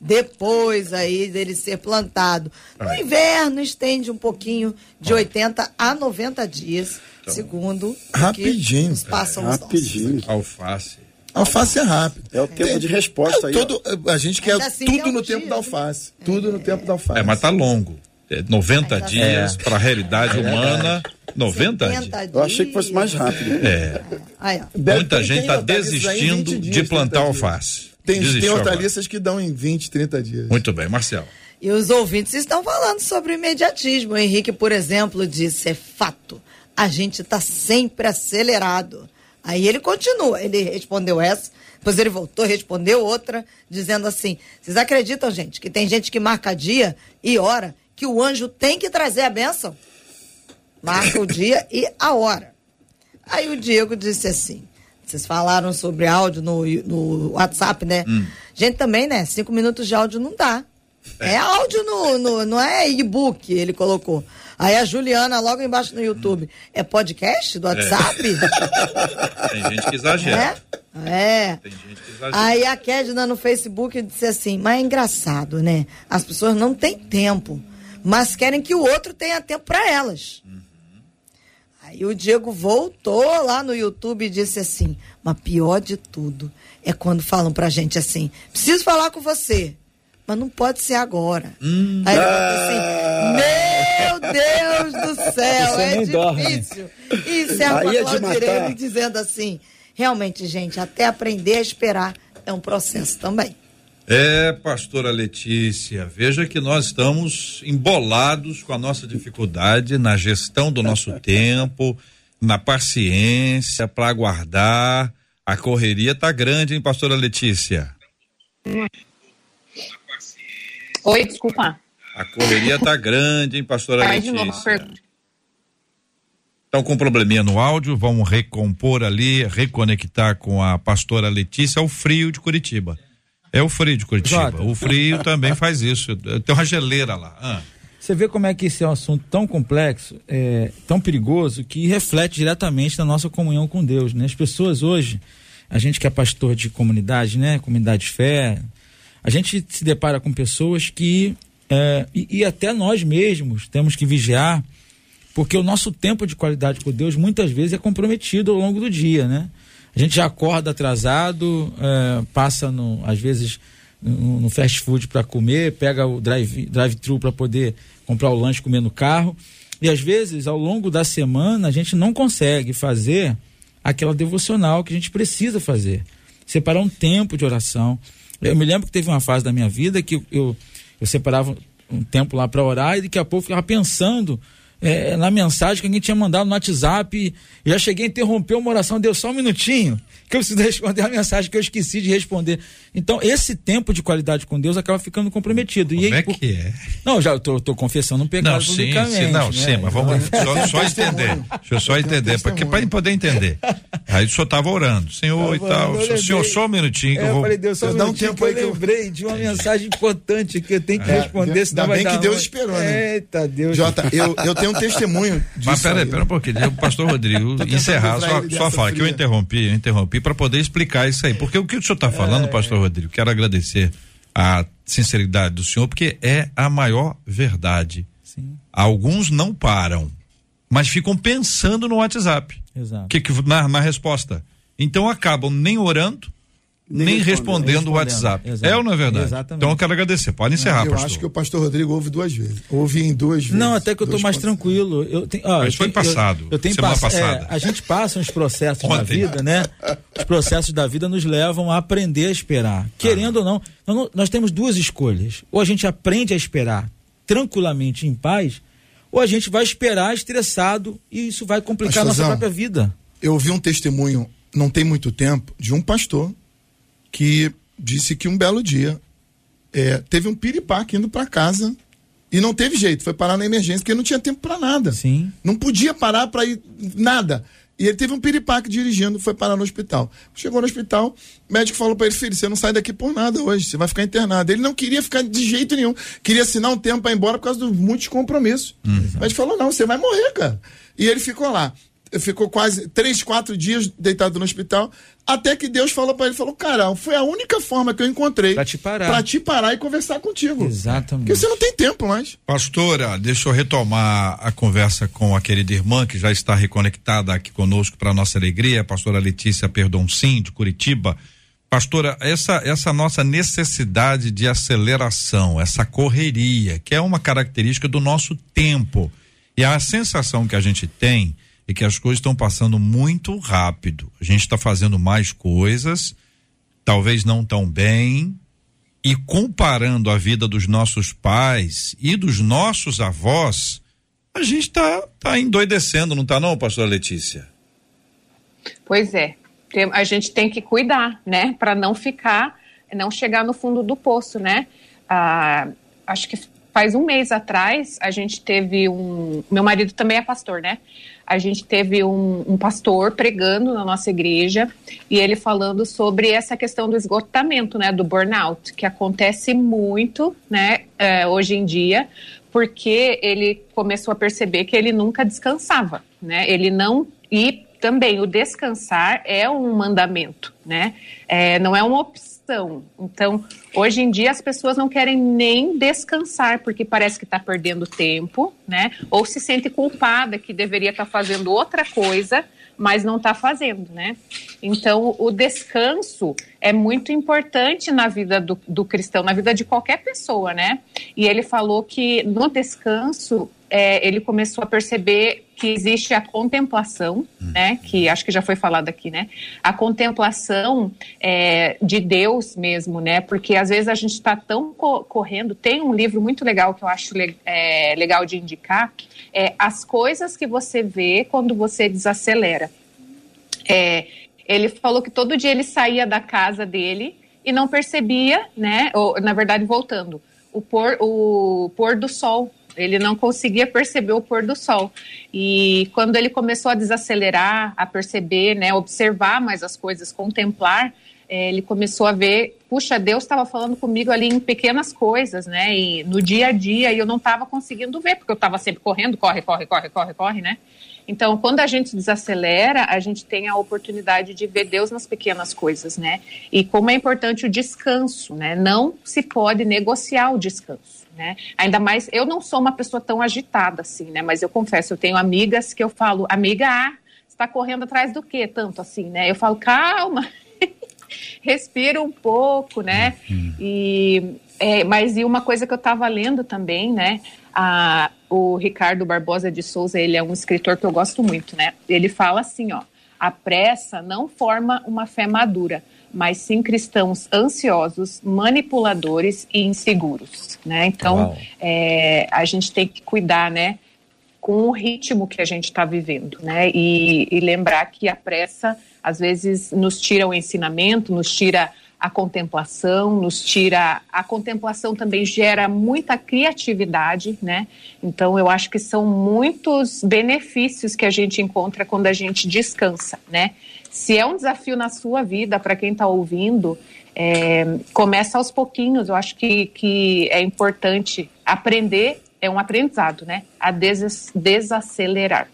Speaker 7: depois aí dele ser plantado. No Ai. inverno estende um pouquinho de Ai. oitenta a noventa dias, então, segundo
Speaker 3: rapidinho.
Speaker 7: Nos passam
Speaker 4: é,
Speaker 7: os
Speaker 4: rapidinho.
Speaker 2: Alface.
Speaker 3: Alface é rápido.
Speaker 4: É o tempo é. de resposta
Speaker 3: é,
Speaker 4: aí.
Speaker 3: Todo, a gente quer
Speaker 7: assim
Speaker 3: tudo
Speaker 7: é um
Speaker 3: no
Speaker 7: dia,
Speaker 3: tempo da alface. É. Tudo no
Speaker 7: É.
Speaker 3: tempo da alface.
Speaker 2: É, mas tá longo. É noventa
Speaker 7: tá
Speaker 2: dias
Speaker 7: é.
Speaker 2: para a realidade humana. noventa dias.
Speaker 7: dias.
Speaker 4: Eu achei que fosse mais rápido.
Speaker 2: É.
Speaker 7: Aí,
Speaker 2: Muita gente está desistindo dias, de plantar alface.
Speaker 3: Tem, tem hortaliças que dão em vinte, trinta dias.
Speaker 2: Muito bem, Marcelo.
Speaker 7: E os ouvintes estão falando sobre o imediatismo. O Henrique, por exemplo, disse, é fato, a gente está sempre acelerado. Aí ele continua, ele respondeu essa, depois ele voltou, respondeu outra, dizendo assim, vocês acreditam, gente, que tem gente que marca dia e hora, que o anjo tem que trazer a bênção? Marca o dia e a hora. Aí o Diego disse assim, vocês falaram sobre áudio no, no WhatsApp, né? Hum. Gente, também, né? Cinco minutos de áudio não dá. É, é áudio, no, no, não é e-book, ele colocou. Aí a Juliana, logo embaixo no YouTube, é podcast do WhatsApp?
Speaker 2: É. Tem gente que exagera.
Speaker 7: É? É.
Speaker 2: Tem gente que exagera.
Speaker 7: Aí a Kedna no Facebook disse assim, mas é engraçado, né? As pessoas não têm tempo, mas querem que o outro tenha tempo para elas. Uhum. Aí o Diego voltou lá no YouTube e disse assim, mas pior de tudo é quando falam pra gente assim, preciso falar com você, mas não pode ser agora. Hum. Aí ele falou assim, meu Deus do céu,
Speaker 5: Você
Speaker 7: é
Speaker 5: nem
Speaker 7: difícil. Isso é a
Speaker 4: Aí é de
Speaker 7: Claudirene
Speaker 4: matar.
Speaker 7: dizendo assim, realmente, gente, até aprender a esperar é um processo também.
Speaker 2: É, pastora Letícia, veja que nós estamos embolados com a nossa dificuldade na gestão do nosso tempo, na paciência para aguardar. A correria tá grande, hein, pastora Letícia?
Speaker 6: Oi, desculpa.
Speaker 2: A correria tá grande, hein, pastora
Speaker 6: Faz de
Speaker 2: Letícia?
Speaker 6: novo a pergunta.
Speaker 2: Estão com um probleminha no áudio, vamos recompor ali, reconectar com a pastora Letícia. É o frio de Curitiba. É o frio de Curitiba.
Speaker 5: Jota.
Speaker 2: O frio também faz isso. Tem uma geleira lá. Ah.
Speaker 5: Você vê como é que esse é um assunto tão complexo, é, tão perigoso, que reflete diretamente na nossa comunhão com Deus, né? As pessoas hoje, a gente que é pastor de comunidade, né? Comunidade de fé, a gente se depara com pessoas que, é, e, e até nós mesmos temos que vigiar, porque o nosso tempo de qualidade com Deus muitas vezes é comprometido ao longo do dia, né? A gente já acorda atrasado, é, passa, no, às vezes, no, no fast food para comer, pega o drive, drive-thru para poder comprar o lanche e comer no carro. E às vezes, ao longo da semana, a gente não consegue fazer aquela devocional que a gente precisa fazer. Separar um tempo de oração. Eu me lembro que teve uma fase da minha vida que eu, eu separava um tempo lá para orar e daqui a pouco eu ficava pensando É, na mensagem que alguém tinha mandado no WhatsApp, eu já cheguei a interromper uma oração, deu só um minutinho, que eu preciso responder a mensagem que eu esqueci de responder. Então, esse tempo de qualidade com Deus acaba ficando comprometido.
Speaker 2: Como
Speaker 5: e aí,
Speaker 2: é que é?
Speaker 5: Não, já eu tô, tô confessando um pecado
Speaker 2: Não, sim,
Speaker 5: publicamente.
Speaker 2: sim, não,
Speaker 5: né?
Speaker 2: sim, mas vamos só, só entender. Deixa eu só entender, porque para poder entender. Aí o senhor estava orando, Senhor e tal. O senhor, só um minutinho que
Speaker 5: É,
Speaker 2: eu vou.
Speaker 5: eu falei, Deus, só um
Speaker 3: Dá um
Speaker 5: minutinho
Speaker 3: tempo
Speaker 5: que eu
Speaker 3: aí que eu-
Speaker 5: lembrei de uma mensagem importante que eu tenho que
Speaker 3: É,
Speaker 5: responder, senão
Speaker 3: ainda
Speaker 5: vai
Speaker 3: bem
Speaker 5: dar
Speaker 3: que Deus
Speaker 5: ruim.
Speaker 3: esperou, né?
Speaker 5: Eita, Deus.
Speaker 3: Jota, eu, eu tenho um testemunho disso.
Speaker 2: Mas peraí,
Speaker 3: aí.
Speaker 2: pera um pouquinho, deixa o pastor Rodrigo
Speaker 3: Tô tentando
Speaker 2: encerrar
Speaker 3: livrar
Speaker 2: só,
Speaker 3: ele
Speaker 2: só
Speaker 3: dessa
Speaker 2: fala que eu
Speaker 3: fria.
Speaker 2: interrompi, eu interrompi para poder explicar isso aí, porque o que o senhor está falando, pastor Rodrigo, quero agradecer a sinceridade do senhor, porque é a maior verdade.
Speaker 5: Sim.
Speaker 2: Alguns não param, mas ficam pensando no WhatsApp.
Speaker 5: Exato.
Speaker 2: Que, que na, na resposta. Então acabam nem orando, nem,
Speaker 4: Nem
Speaker 2: respondendo o
Speaker 5: respondendo,
Speaker 2: WhatsApp.
Speaker 5: exato.
Speaker 2: É ou não é verdade?
Speaker 5: Exatamente.
Speaker 2: Então eu quero agradecer. Pode encerrar,
Speaker 3: Eu
Speaker 2: pastor.
Speaker 3: acho que o pastor Rodrigo ouve duas vezes. Ouve em duas vezes.
Speaker 5: Não, até que eu tô
Speaker 3: Dois
Speaker 5: mais
Speaker 3: pontos.
Speaker 5: tranquilo. Eu tenho, ó,
Speaker 2: Mas
Speaker 5: eu
Speaker 2: foi
Speaker 5: tenho-
Speaker 2: passado,
Speaker 5: Eu, eu tenho
Speaker 2: semana
Speaker 5: pass-
Speaker 2: passada.
Speaker 5: é, a gente passa uns processos da
Speaker 2: Ontem.
Speaker 5: vida, né? Os processos da vida nos levam a aprender a esperar. Querendo ou não, nós, não- nós temos duas escolhas. Ou a gente aprende a esperar tranquilamente, em paz, ou a gente vai esperar estressado e isso vai complicar a nossa
Speaker 3: Pastorzão,
Speaker 5: própria vida.
Speaker 3: Eu ouvi um testemunho, não tem muito tempo, de um pastor que disse que um belo dia é, teve um piripaque indo para casa e não teve jeito, foi parar na emergência porque não tinha tempo para nada.
Speaker 5: Sim.
Speaker 3: Não podia parar para ir nada. E ele teve um piripaque dirigindo, foi parar no hospital. Chegou no hospital, o médico falou para ele: filho, você não sai daqui por nada hoje, você vai ficar internado. Ele não queria ficar de jeito nenhum, queria assinar um tempo para ir embora por causa dos muitos compromissos.
Speaker 2: Uhum.
Speaker 3: O médico falou: não, você vai morrer, cara. E ele ficou lá. Ficou quase três, quatro dias deitado no hospital, até que Deus falou para ele, falou: cara, foi a única forma que eu encontrei
Speaker 5: Pra te parar.
Speaker 3: pra te parar e conversar contigo.
Speaker 5: Exatamente.
Speaker 3: Porque você não tem tempo mais.
Speaker 2: Pastora, deixa eu retomar a conversa com a querida irmã que já está reconectada aqui conosco para nossa alegria, a pastora Letícia Perdoncin, de Curitiba. Pastora, essa, essa nossa necessidade de aceleração, essa correria, que é uma característica do nosso tempo, e a sensação que a gente tem é que as coisas estão passando muito rápido. A gente está fazendo mais coisas, talvez não tão bem, e comparando a vida dos nossos pais e dos nossos avós, a gente tá, tá endoidecendo, não tá não, pastora Letícia?
Speaker 6: Pois é, tem- a gente tem que cuidar, né, para não ficar, não chegar no fundo do poço, né? Ah, acho que faz um mês atrás a gente teve um, meu marido também é pastor, né? A gente teve um, um pastor pregando na nossa igreja e ele falando sobre essa questão do esgotamento, né, do burnout, que acontece muito, né, eh, hoje em dia, porque ele começou a perceber que ele nunca descansava, né? Ele não e também o descansar é um mandamento, né? É, não é uma opção. desconexão. Então, hoje em dia as pessoas não querem nem descansar, porque parece que está perdendo tempo, né? Ou se sente culpada que deveria estar tá fazendo outra coisa, mas não está fazendo, né? Então, o descanso é muito importante na vida do, do cristão, na vida de qualquer pessoa, né? E ele falou que no descanso, é, ele começou a perceber que existe a contemplação, hum. né? Que acho que já foi falado aqui, né? A contemplação é, de Deus mesmo, né? Porque às vezes a gente está tão co- correndo. Tem um livro muito legal que eu acho le- é, legal de indicar, é As Coisas que Você Vê Quando Você Desacelera. É, ele falou que todo dia ele saía da casa dele e não percebia, né? Ou, na verdade, voltando, o pôr, o pôr do sol. Ele não conseguia perceber o pôr do sol. E quando ele começou a desacelerar, a perceber, né, observar mais as coisas, contemplar, é, ele começou a ver, puxa, Deus estava falando comigo ali em pequenas coisas, né, e no dia a dia, e eu não estava conseguindo ver, porque eu estava sempre correndo, corre, corre, corre, corre, corre, né? Então, quando a gente desacelera, a gente tem a oportunidade de ver Deus nas pequenas coisas, né? E como é importante o descanso, né? Não se pode negociar o descanso, né? Ainda mais, eu não sou uma pessoa tão agitada assim, né? Mas eu confesso, eu tenho amigas que eu falo, amiga, ah, você está correndo atrás do quê? Tanto assim, né? Eu falo, calma, respira um pouco, né? Uhum. E, é, mas e uma coisa que eu estava lendo também, né? A, o Ricardo Barbosa de Souza, ele é um escritor que eu gosto muito, né? Ele fala assim, ó, a pressa não forma uma fé madura, mas sim cristãos ansiosos, manipuladores e inseguros, né? Então, é, a gente tem que cuidar, né, com o ritmo que a gente está vivendo, né? E, e lembrar que a pressa, às vezes, nos tira o ensinamento, nos tira a contemplação, nos tira... A contemplação também gera muita criatividade, né? Então, eu acho que são muitos benefícios que a gente encontra quando a gente descansa, né? Se é um desafio na sua vida, para quem está ouvindo, é, começa aos pouquinhos. Eu acho que, que é importante aprender, é um aprendizado, né? A des- desacelerar.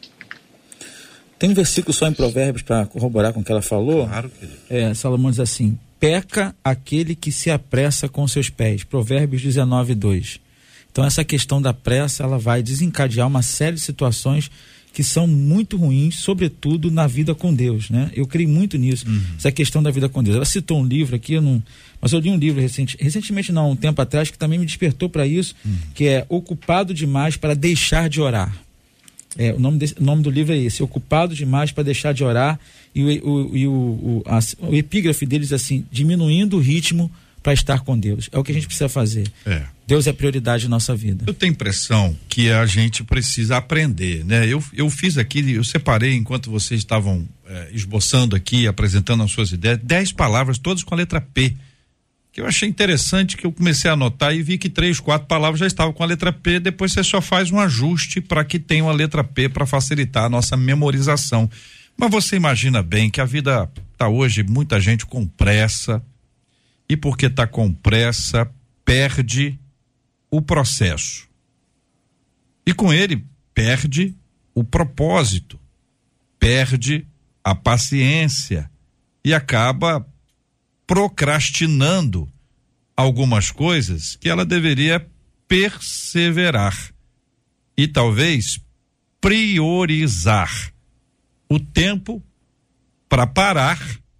Speaker 5: Tem um versículo só em Provérbios para corroborar com o que ela falou.
Speaker 2: Claro, querido.
Speaker 5: É, Salomão diz assim, peca aquele que se apressa com seus pés. Provérbios dezenove, dois. Então essa questão da pressa, ela vai desencadear uma série de situações que são muito ruins, sobretudo na vida com Deus, né? Eu creio muito nisso, uhum. essa questão da vida com Deus. Ela citou um livro aqui, eu não, mas eu li um livro recente, recentemente não, um tempo atrás, que também me despertou para isso, uhum. que é Ocupado Demais para Deixar de Orar. É, o, nome desse, o nome do livro é esse, Ocupado Demais para Deixar de Orar, e o, o, e o, o, a, o epígrafe deles é assim, diminuindo o ritmo para estar com Deus. É o que a gente precisa fazer. É. Deus é prioridade na nossa vida.
Speaker 2: Eu tenho impressão que a gente precisa aprender, né? Eu, eu fiz aqui, eu separei enquanto vocês estavam é, esboçando aqui, apresentando as suas ideias, dez palavras, todas com a letra P, que eu achei interessante, que eu comecei a anotar e vi que três, quatro palavras já estavam com a letra P, depois você só faz um ajuste para que tenha uma letra P para facilitar a nossa memorização. Mas você imagina bem que a vida tá hoje, muita gente com pressa, e porque tá com pressa, perde o processo. E com ele, perde o propósito, perde a paciência e acaba procrastinando algumas coisas que ela deveria perseverar e talvez priorizar o tempo para parar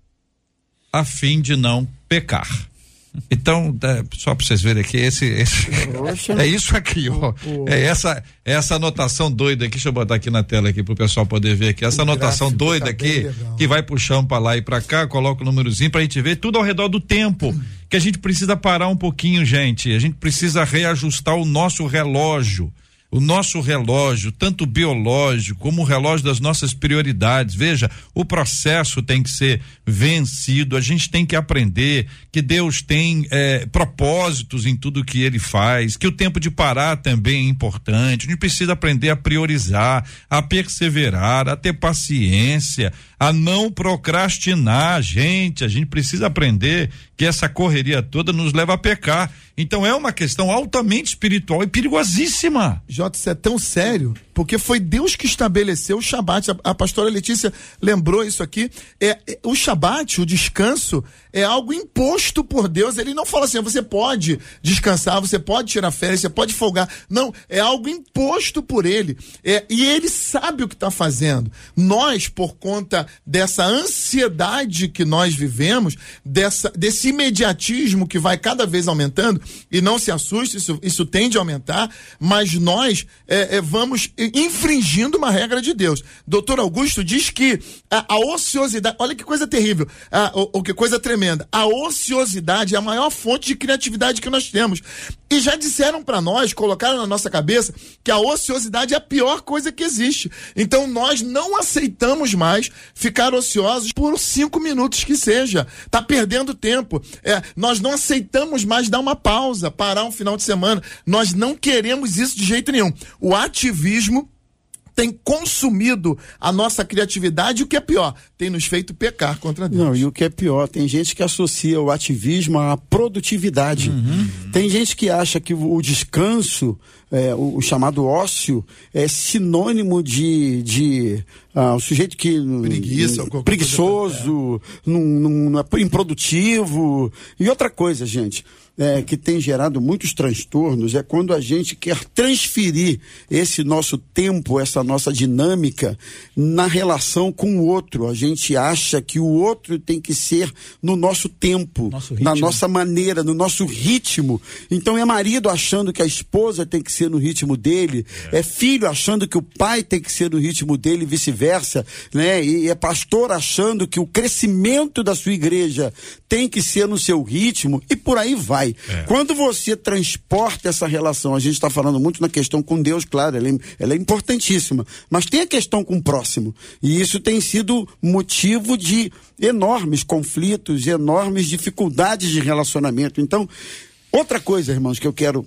Speaker 2: a fim de não pecar. Então, é, só para vocês verem aqui, esse, esse é isso aqui, ó. É essa, essa anotação doida aqui, deixa eu botar aqui na tela aqui pro pessoal poder ver aqui, essa o anotação doida tá aqui, que vai puxando para lá e para cá, coloca o númerozinho pra gente ver tudo ao redor do tempo, que a gente precisa parar um pouquinho, gente, a gente precisa reajustar o nosso relógio, o nosso relógio, tanto biológico como o relógio das nossas prioridades. Veja, o processo tem que ser vencido, a gente tem que aprender que Deus tem eh, propósitos em tudo que ele faz, que o tempo de parar também é importante, a gente precisa aprender a priorizar, a perseverar, a ter paciência, a não procrastinar, gente, a gente precisa aprender que essa correria toda nos leva a pecar. Então é uma questão altamente espiritual e perigosíssima.
Speaker 3: Jota, isso é tão sério, porque foi Deus que estabeleceu o Shabat. A, a pastora Letícia lembrou isso aqui. É, é, o Shabat, o descanso, é algo imposto por Deus. Ele não fala assim, você pode descansar, você pode tirar férias, você pode folgar. Não, é algo imposto por ele. É, e ele sabe o que está fazendo. Nós, por conta dessa ansiedade que nós vivemos, dessa, desse imediatismo que vai cada vez aumentando, e não se assuste, isso, isso tende a aumentar, mas nós é, é, vamos infringindo uma regra de Deus. Doutor Augusto diz que a, a ociosidade, olha que coisa terrível, a, o, o que coisa tremenda, a ociosidade é a maior fonte de criatividade que nós temos. E já disseram para nós, colocaram na nossa cabeça, que a ociosidade é a pior coisa que existe. Então nós não aceitamos mais ficar ociosos por cinco minutos que seja. Tá perdendo tempo. É, nós não aceitamos mais dar uma pausa, parar um final de semana. Nós não queremos isso de jeito nenhum. O ativismo tem consumido a nossa criatividade e o que é pior, tem nos feito pecar contra Deus.
Speaker 4: Não, e o que é pior, tem gente que associa o ativismo à produtividade. Uhum. Tem gente que acha que o descanso, é, o, o chamado ócio, é sinônimo de, de ah, o sujeito que
Speaker 3: preguiça,
Speaker 4: um, preguiçoso, é. num, num, num, improdutivo. E outra coisa, gente, É, que tem gerado muitos transtornos é quando a gente quer transferir esse nosso tempo, essa nossa dinâmica na relação com o outro. A gente acha que o outro tem que ser no nosso tempo, nosso na nossa maneira, no nosso ritmo. Então é marido achando que a esposa tem que ser no ritmo dele, é, é filho achando que o pai tem que ser no ritmo dele e vice-versa, né? E é pastor achando que o crescimento da sua igreja tem que ser no seu ritmo e por aí vai. É. Quando você transporta essa relação, a gente está falando muito na questão com Deus, claro, ela é, ela é importantíssima, mas tem a questão com o próximo, e isso tem sido motivo de enormes conflitos, enormes dificuldades de relacionamento. Então, outra coisa, irmãos, que eu quero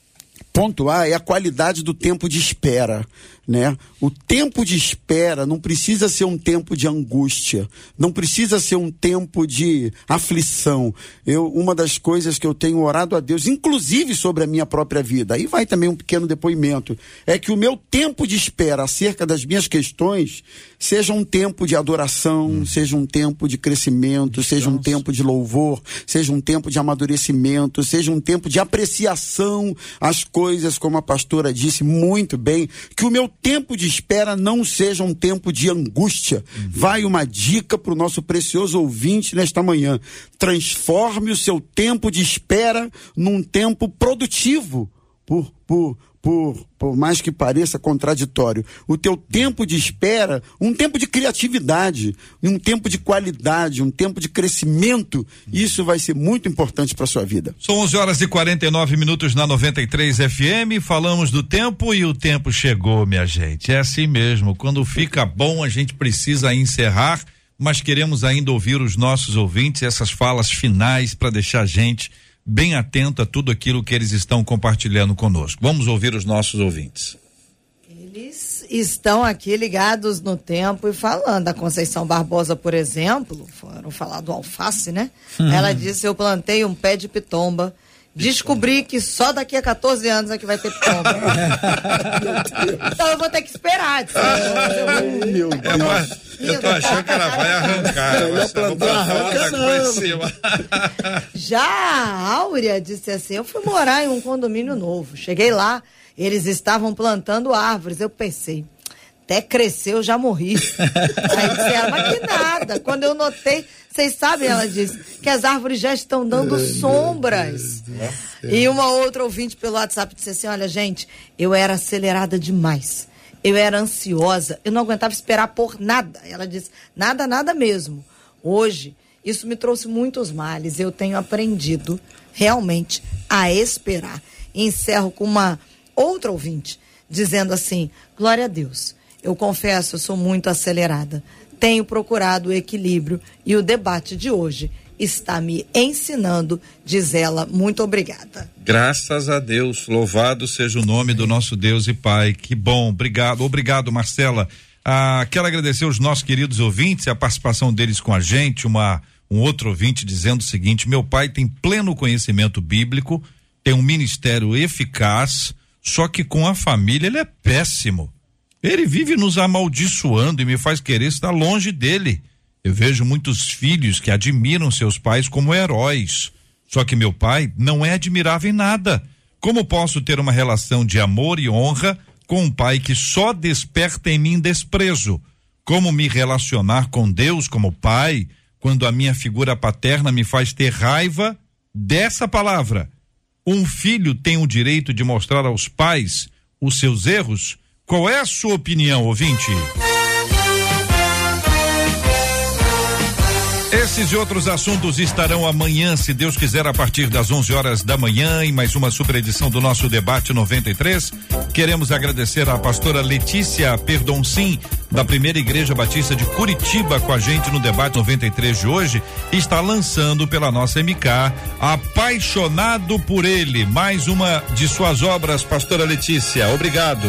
Speaker 4: pontuar é a qualidade do tempo de espera, né? O tempo de espera não precisa ser um tempo de angústia, não precisa ser um tempo de aflição. Eu, uma das coisas que eu tenho orado a Deus, inclusive sobre a minha própria vida, aí vai também um pequeno depoimento, é que o meu tempo de espera acerca das minhas questões seja um tempo de adoração, hum. seja um tempo de crescimento, Descanso. seja um tempo de louvor, seja um tempo de amadurecimento, seja um tempo de apreciação às coisas, como a pastora disse muito bem, que o meu tempo de espera não seja um tempo de angústia. Uhum. Vai uma dica para o nosso precioso ouvinte nesta manhã. Transforme o seu tempo de espera num tempo produtivo, por, por, por, por mais que pareça contraditório. O teu tempo de espera, um tempo de criatividade, um tempo de qualidade, um tempo de crescimento, isso vai ser muito importante para a sua vida.
Speaker 2: São onze horas e quarenta e nove minutos na noventa e três F M, falamos do tempo e o tempo chegou, minha gente. É assim mesmo, quando fica bom a gente precisa encerrar, mas queremos ainda ouvir os nossos ouvintes, essas falas finais para deixar a gente bem atento a tudo aquilo que eles estão compartilhando conosco. Vamos ouvir os nossos ouvintes.
Speaker 7: Eles estão aqui ligados no tempo e falando. A Conceição Barbosa, por exemplo, foram falar do alface, né? Hum. Ela disse, eu plantei um pé de pitomba, descobri que só daqui a quatorze anos é que vai ter pitomba. Então eu vou ter que esperar.
Speaker 2: Ai, meu Deus. É, mas eu tô achando que ela vai arrancar. Ela plantou arranca,
Speaker 7: não. Já a Áurea disse assim, eu fui morar em um condomínio novo. Cheguei lá, eles estavam plantando árvores. Eu pensei, até cresceu, já morri. Aí disse ela, mas que nada. Quando eu notei, vocês sabem, ela disse, que as árvores já estão dando sombras. E uma outra ouvinte pelo WhatsApp disse assim, olha gente, eu era acelerada demais. Eu era ansiosa, eu não aguentava esperar por nada. Ela disse, nada, nada mesmo. Hoje, isso me trouxe muitos males. Eu tenho aprendido realmente a esperar. E encerro com uma outra ouvinte, dizendo assim, glória a Deus, eu confesso, eu sou muito acelerada. Tenho procurado o equilíbrio e o debate de hoje está me ensinando, diz ela, muito obrigada.
Speaker 2: Graças a Deus, louvado seja o nome do nosso Deus e Pai, que bom, obrigado, obrigado Marcela. Ah, quero agradecer os nossos queridos ouvintes, a participação deles com a gente, uma, um outro ouvinte dizendo o seguinte, meu pai tem pleno conhecimento bíblico, tem um ministério eficaz, Só que com a família ele é péssimo. Ele vive nos amaldiçoando e me faz querer estar longe dele. Eu vejo muitos filhos que admiram seus pais como heróis. Só que meu pai não é admirável em nada. Como posso ter uma relação de amor e honra com um pai que só desperta em mim desprezo? Como me relacionar com Deus como pai quando a minha figura paterna me faz ter raiva dessa palavra? Um filho tem o direito de mostrar aos pais os seus erros? Qual é a sua opinião, ouvinte? Esses e outros assuntos estarão amanhã, se Deus quiser, a partir das onze horas da manhã, em mais uma super edição do nosso Debate noventa e três. Queremos agradecer à pastora Letícia Perdoncin, da Primeira Igreja Batista de Curitiba, com a gente no Debate noventa e três de hoje. Está lançando pela nossa M K Apaixonado por Ele, mais uma de suas obras, pastora Letícia. Obrigado.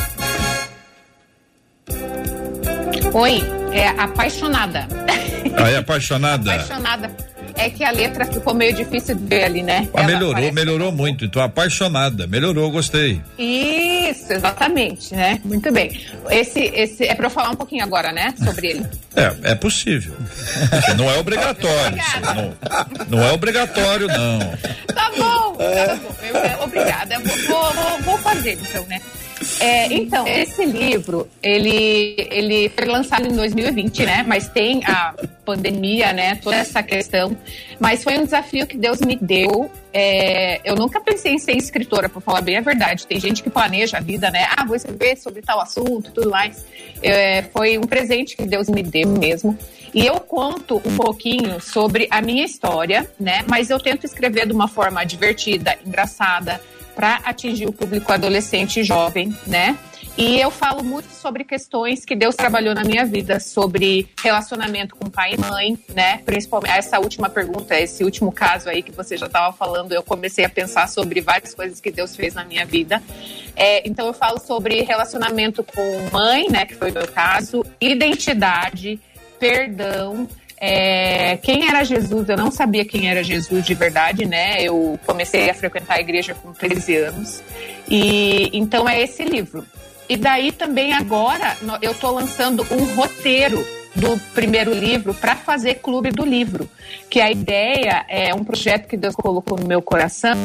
Speaker 6: Oi, é apaixonada.
Speaker 2: Ah, é apaixonada?
Speaker 6: Apaixonada. É que a letra ficou meio difícil de ver ali, né?
Speaker 2: Ah, melhorou, melhorou muito. Então, apaixonada. Melhorou, gostei.
Speaker 6: Isso, exatamente, né? Muito bem. Esse, esse é pra eu falar um pouquinho agora, né? Sobre ele.
Speaker 2: É, é possível. Não é obrigatório. não, não é obrigatório, não.
Speaker 6: Tá bom, tá bom. Eu, eu, obrigada. Eu vou, vou, vou fazer, então, né? É, então, esse livro, ele, ele foi lançado em dois mil e vinte, né? Mas tem a pandemia, né? Toda essa questão. Mas foi um desafio que Deus me deu. É, eu nunca pensei em ser escritora, pra falar bem a verdade. Tem gente que planeja a vida, né? Ah, vou escrever sobre tal assunto e tudo mais. É, foi um presente que Deus me deu mesmo. E eu conto um pouquinho sobre a minha história, né? Mas eu tento escrever de uma forma divertida, engraçada, para atingir o público adolescente e jovem, né? E eu falo muito sobre questões que Deus trabalhou na minha vida, sobre relacionamento com pai e mãe, né? Principalmente essa última pergunta, esse último caso aí que você já estava falando, eu comecei a pensar sobre várias coisas que Deus fez na minha vida. É, então eu falo sobre relacionamento com mãe, né? Que foi o meu caso, identidade, perdão. É, quem era Jesus? Eu não sabia quem era Jesus de verdade, né? Eu comecei a frequentar a igreja com treze anos. E então é esse livro. E daí também agora eu estou lançando um roteiro do primeiro livro para fazer Clube do Livro. Que a ideia é um projeto que Deus colocou no meu coração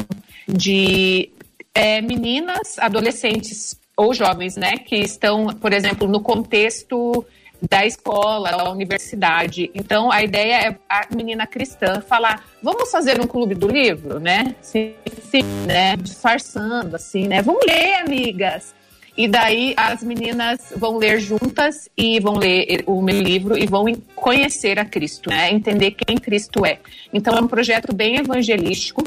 Speaker 6: de é, meninas, adolescentes ou jovens, né? Que estão, por exemplo, no contexto da escola, da universidade. Então, a ideia é a menina cristã falar, vamos fazer um clube do livro, né? Sim, sim, né? Disfarçando, assim, né? Vamos ler, amigas. E daí as meninas vão ler juntas e vão ler o meu livro e vão conhecer a Cristo, né? Entender quem Cristo é. Então, é um projeto bem evangelístico.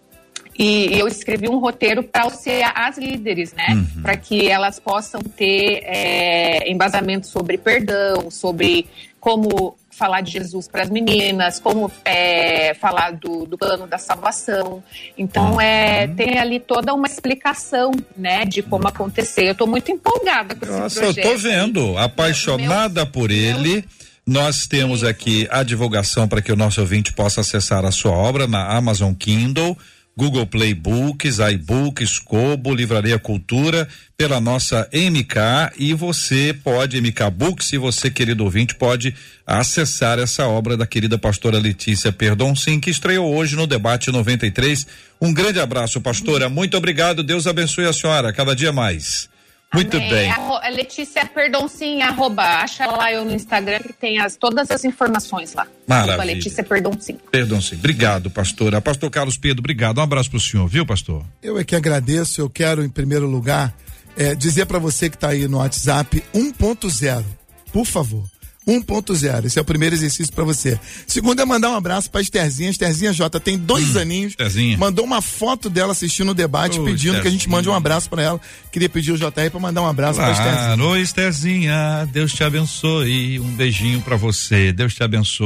Speaker 6: E eu escrevi um roteiro para auxiliar as líderes, né? Uhum. Para que elas possam ter é, embasamento sobre perdão, sobre como falar de Jesus para as meninas, como é, falar do, do plano da salvação. Então, é, tem ali toda uma explicação, né? De como acontecer. Eu estou muito empolgada com
Speaker 2: Nossa,
Speaker 6: esse projeto.
Speaker 2: Eu tô vendo. Apaixonada meu, por ele. Meu... Nós temos aqui a divulgação para que o nosso ouvinte possa acessar a sua obra na Amazon Kindle, Google Play Books, iBooks, Kobo, Livraria Cultura, pela nossa M K, e você pode, M K Books, e você, querido ouvinte, pode acessar essa obra da querida pastora Letícia Perdoncin, que estreou hoje no Debate noventa e três. Um grande abraço, pastora, muito obrigado, Deus abençoe a senhora, cada dia mais. Muito
Speaker 6: Amém.
Speaker 2: bem.
Speaker 6: A Letícia Perdoncin, arroba, acha lá eu no Instagram que tem as, todas as informações lá.
Speaker 2: Maravilha.
Speaker 6: Arroba Letícia Perdoncin.
Speaker 2: Perdoncin. Obrigado, pastora. Pastor Carlos Pedro, obrigado. Um abraço pro senhor, viu, pastor?
Speaker 3: Eu é que agradeço. Eu quero, em primeiro lugar, é, dizer para você que está aí no WhatsApp um ponto zero, por favor. um ponto zero, esse é o primeiro exercício para você. Segundo é mandar um abraço pra Estherzinha. Estherzinha J tem dois hum, aninhos.
Speaker 2: Estherzinha.
Speaker 3: Mandou uma foto dela assistindo o debate, oh, pedindo Estherzinha. Que a gente mande um abraço para ela. Queria pedir o J R para mandar um abraço claro, pra Estherzinha.
Speaker 2: Oi, Estherzinha, Deus te abençoe. Um beijinho para você, Deus te abençoe.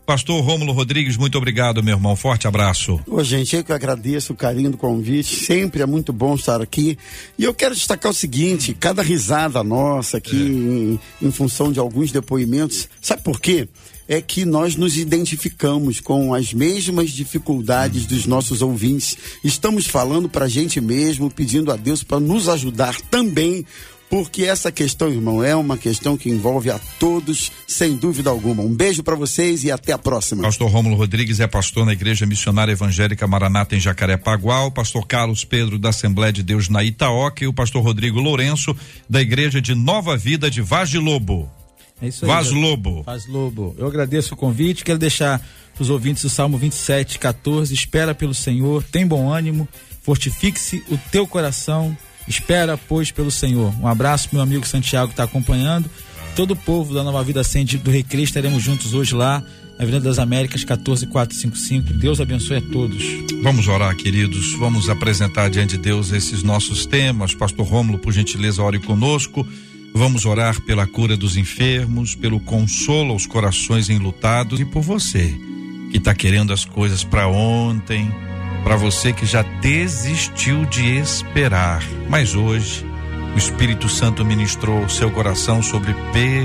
Speaker 2: Pastor Rômulo Rodrigues, muito obrigado, meu irmão. Forte abraço.
Speaker 4: Ô, gente, eu que agradeço o carinho do convite. Sempre é muito bom estar aqui. E eu quero destacar o seguinte: cada risada nossa aqui, é. em, em função de alguns depoimentos, sabe por quê? É que nós nos identificamos com as mesmas dificuldades dos nossos ouvintes. Estamos falando pra gente mesmo, pedindo a Deus para nos ajudar também. Porque essa questão, irmão, é uma questão que envolve a todos, sem dúvida alguma. Um beijo para vocês e até a próxima.
Speaker 2: Pastor Rômulo Rodrigues é pastor na Igreja Missionária Evangélica Maranata em Jacarepaguá, o pastor Carlos Pedro da Assembleia de Deus na Itaoca e o pastor Rodrigo Lourenço da Igreja de Nova Vida de Vaz de Lobo.
Speaker 5: É isso aí.
Speaker 2: Vaz Lobo.
Speaker 5: Vaz Lobo. Eu agradeço o convite, quero deixar para os ouvintes o Salmo vinte e sete, quatorze, espera pelo Senhor, tem bom ânimo, fortifique-se o teu coração. Espera, pois, pelo Senhor. Um abraço pro meu amigo Santiago que está acompanhando. Todo o povo da Nova Vida Cente do Recreio, estaremos juntos hoje lá, na Avenida das Américas, quatorze quatrocentos e cinquenta e cinco. Deus abençoe a todos.
Speaker 2: Vamos orar, queridos. Vamos apresentar diante de Deus esses nossos temas. Pastor Rômulo, por gentileza, ore conosco. Vamos orar pela cura dos enfermos, pelo consolo aos corações enlutados e por você que está querendo as coisas para ontem. Para você que já desistiu de esperar, mas hoje o Espírito Santo ministrou o seu coração sobre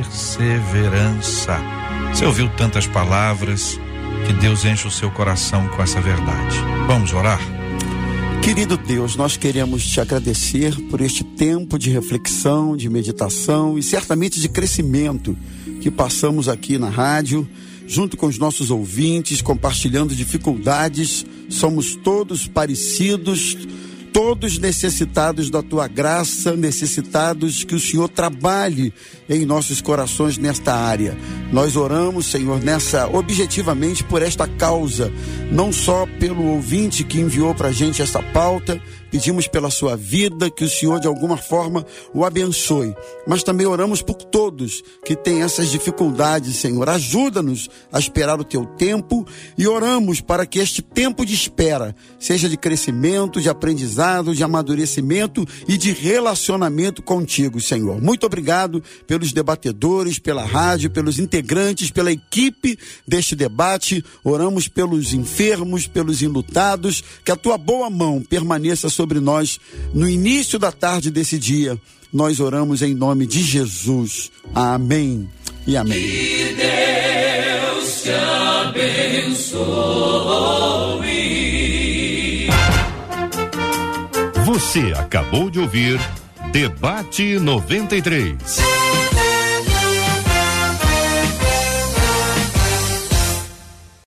Speaker 2: perseverança. Você ouviu tantas palavras, que Deus enche o seu coração com essa verdade. Vamos orar?
Speaker 4: Querido Deus, nós queremos te agradecer por este tempo de reflexão, de meditação e certamente de crescimento que passamos aqui na rádio, junto com os nossos ouvintes, compartilhando dificuldades. Somos todos parecidos, todos necessitados da tua graça, necessitados que o Senhor trabalhe em nossos corações nesta área. Nós oramos, Senhor, nessa objetivamente por esta causa, não só pelo ouvinte que enviou pra gente essa pauta, pedimos pela sua vida, que o Senhor de alguma forma o abençoe, mas também oramos por todos que têm essas dificuldades, Senhor. Ajuda-nos a esperar o teu tempo e oramos para que este tempo de espera seja de crescimento, de aprendizado, de amadurecimento e de relacionamento contigo, Senhor. Muito obrigado pelos debatedores, pela rádio, pelos integrantes, pela equipe deste debate. Oramos pelos enfermos, pelos enlutados, que a tua boa mão permaneça sobre nós no início da tarde desse dia. Nós oramos em nome de Jesus. Amém e amém.
Speaker 8: Que Deus te abençoe.
Speaker 1: Você acabou de ouvir Debate noventa e três.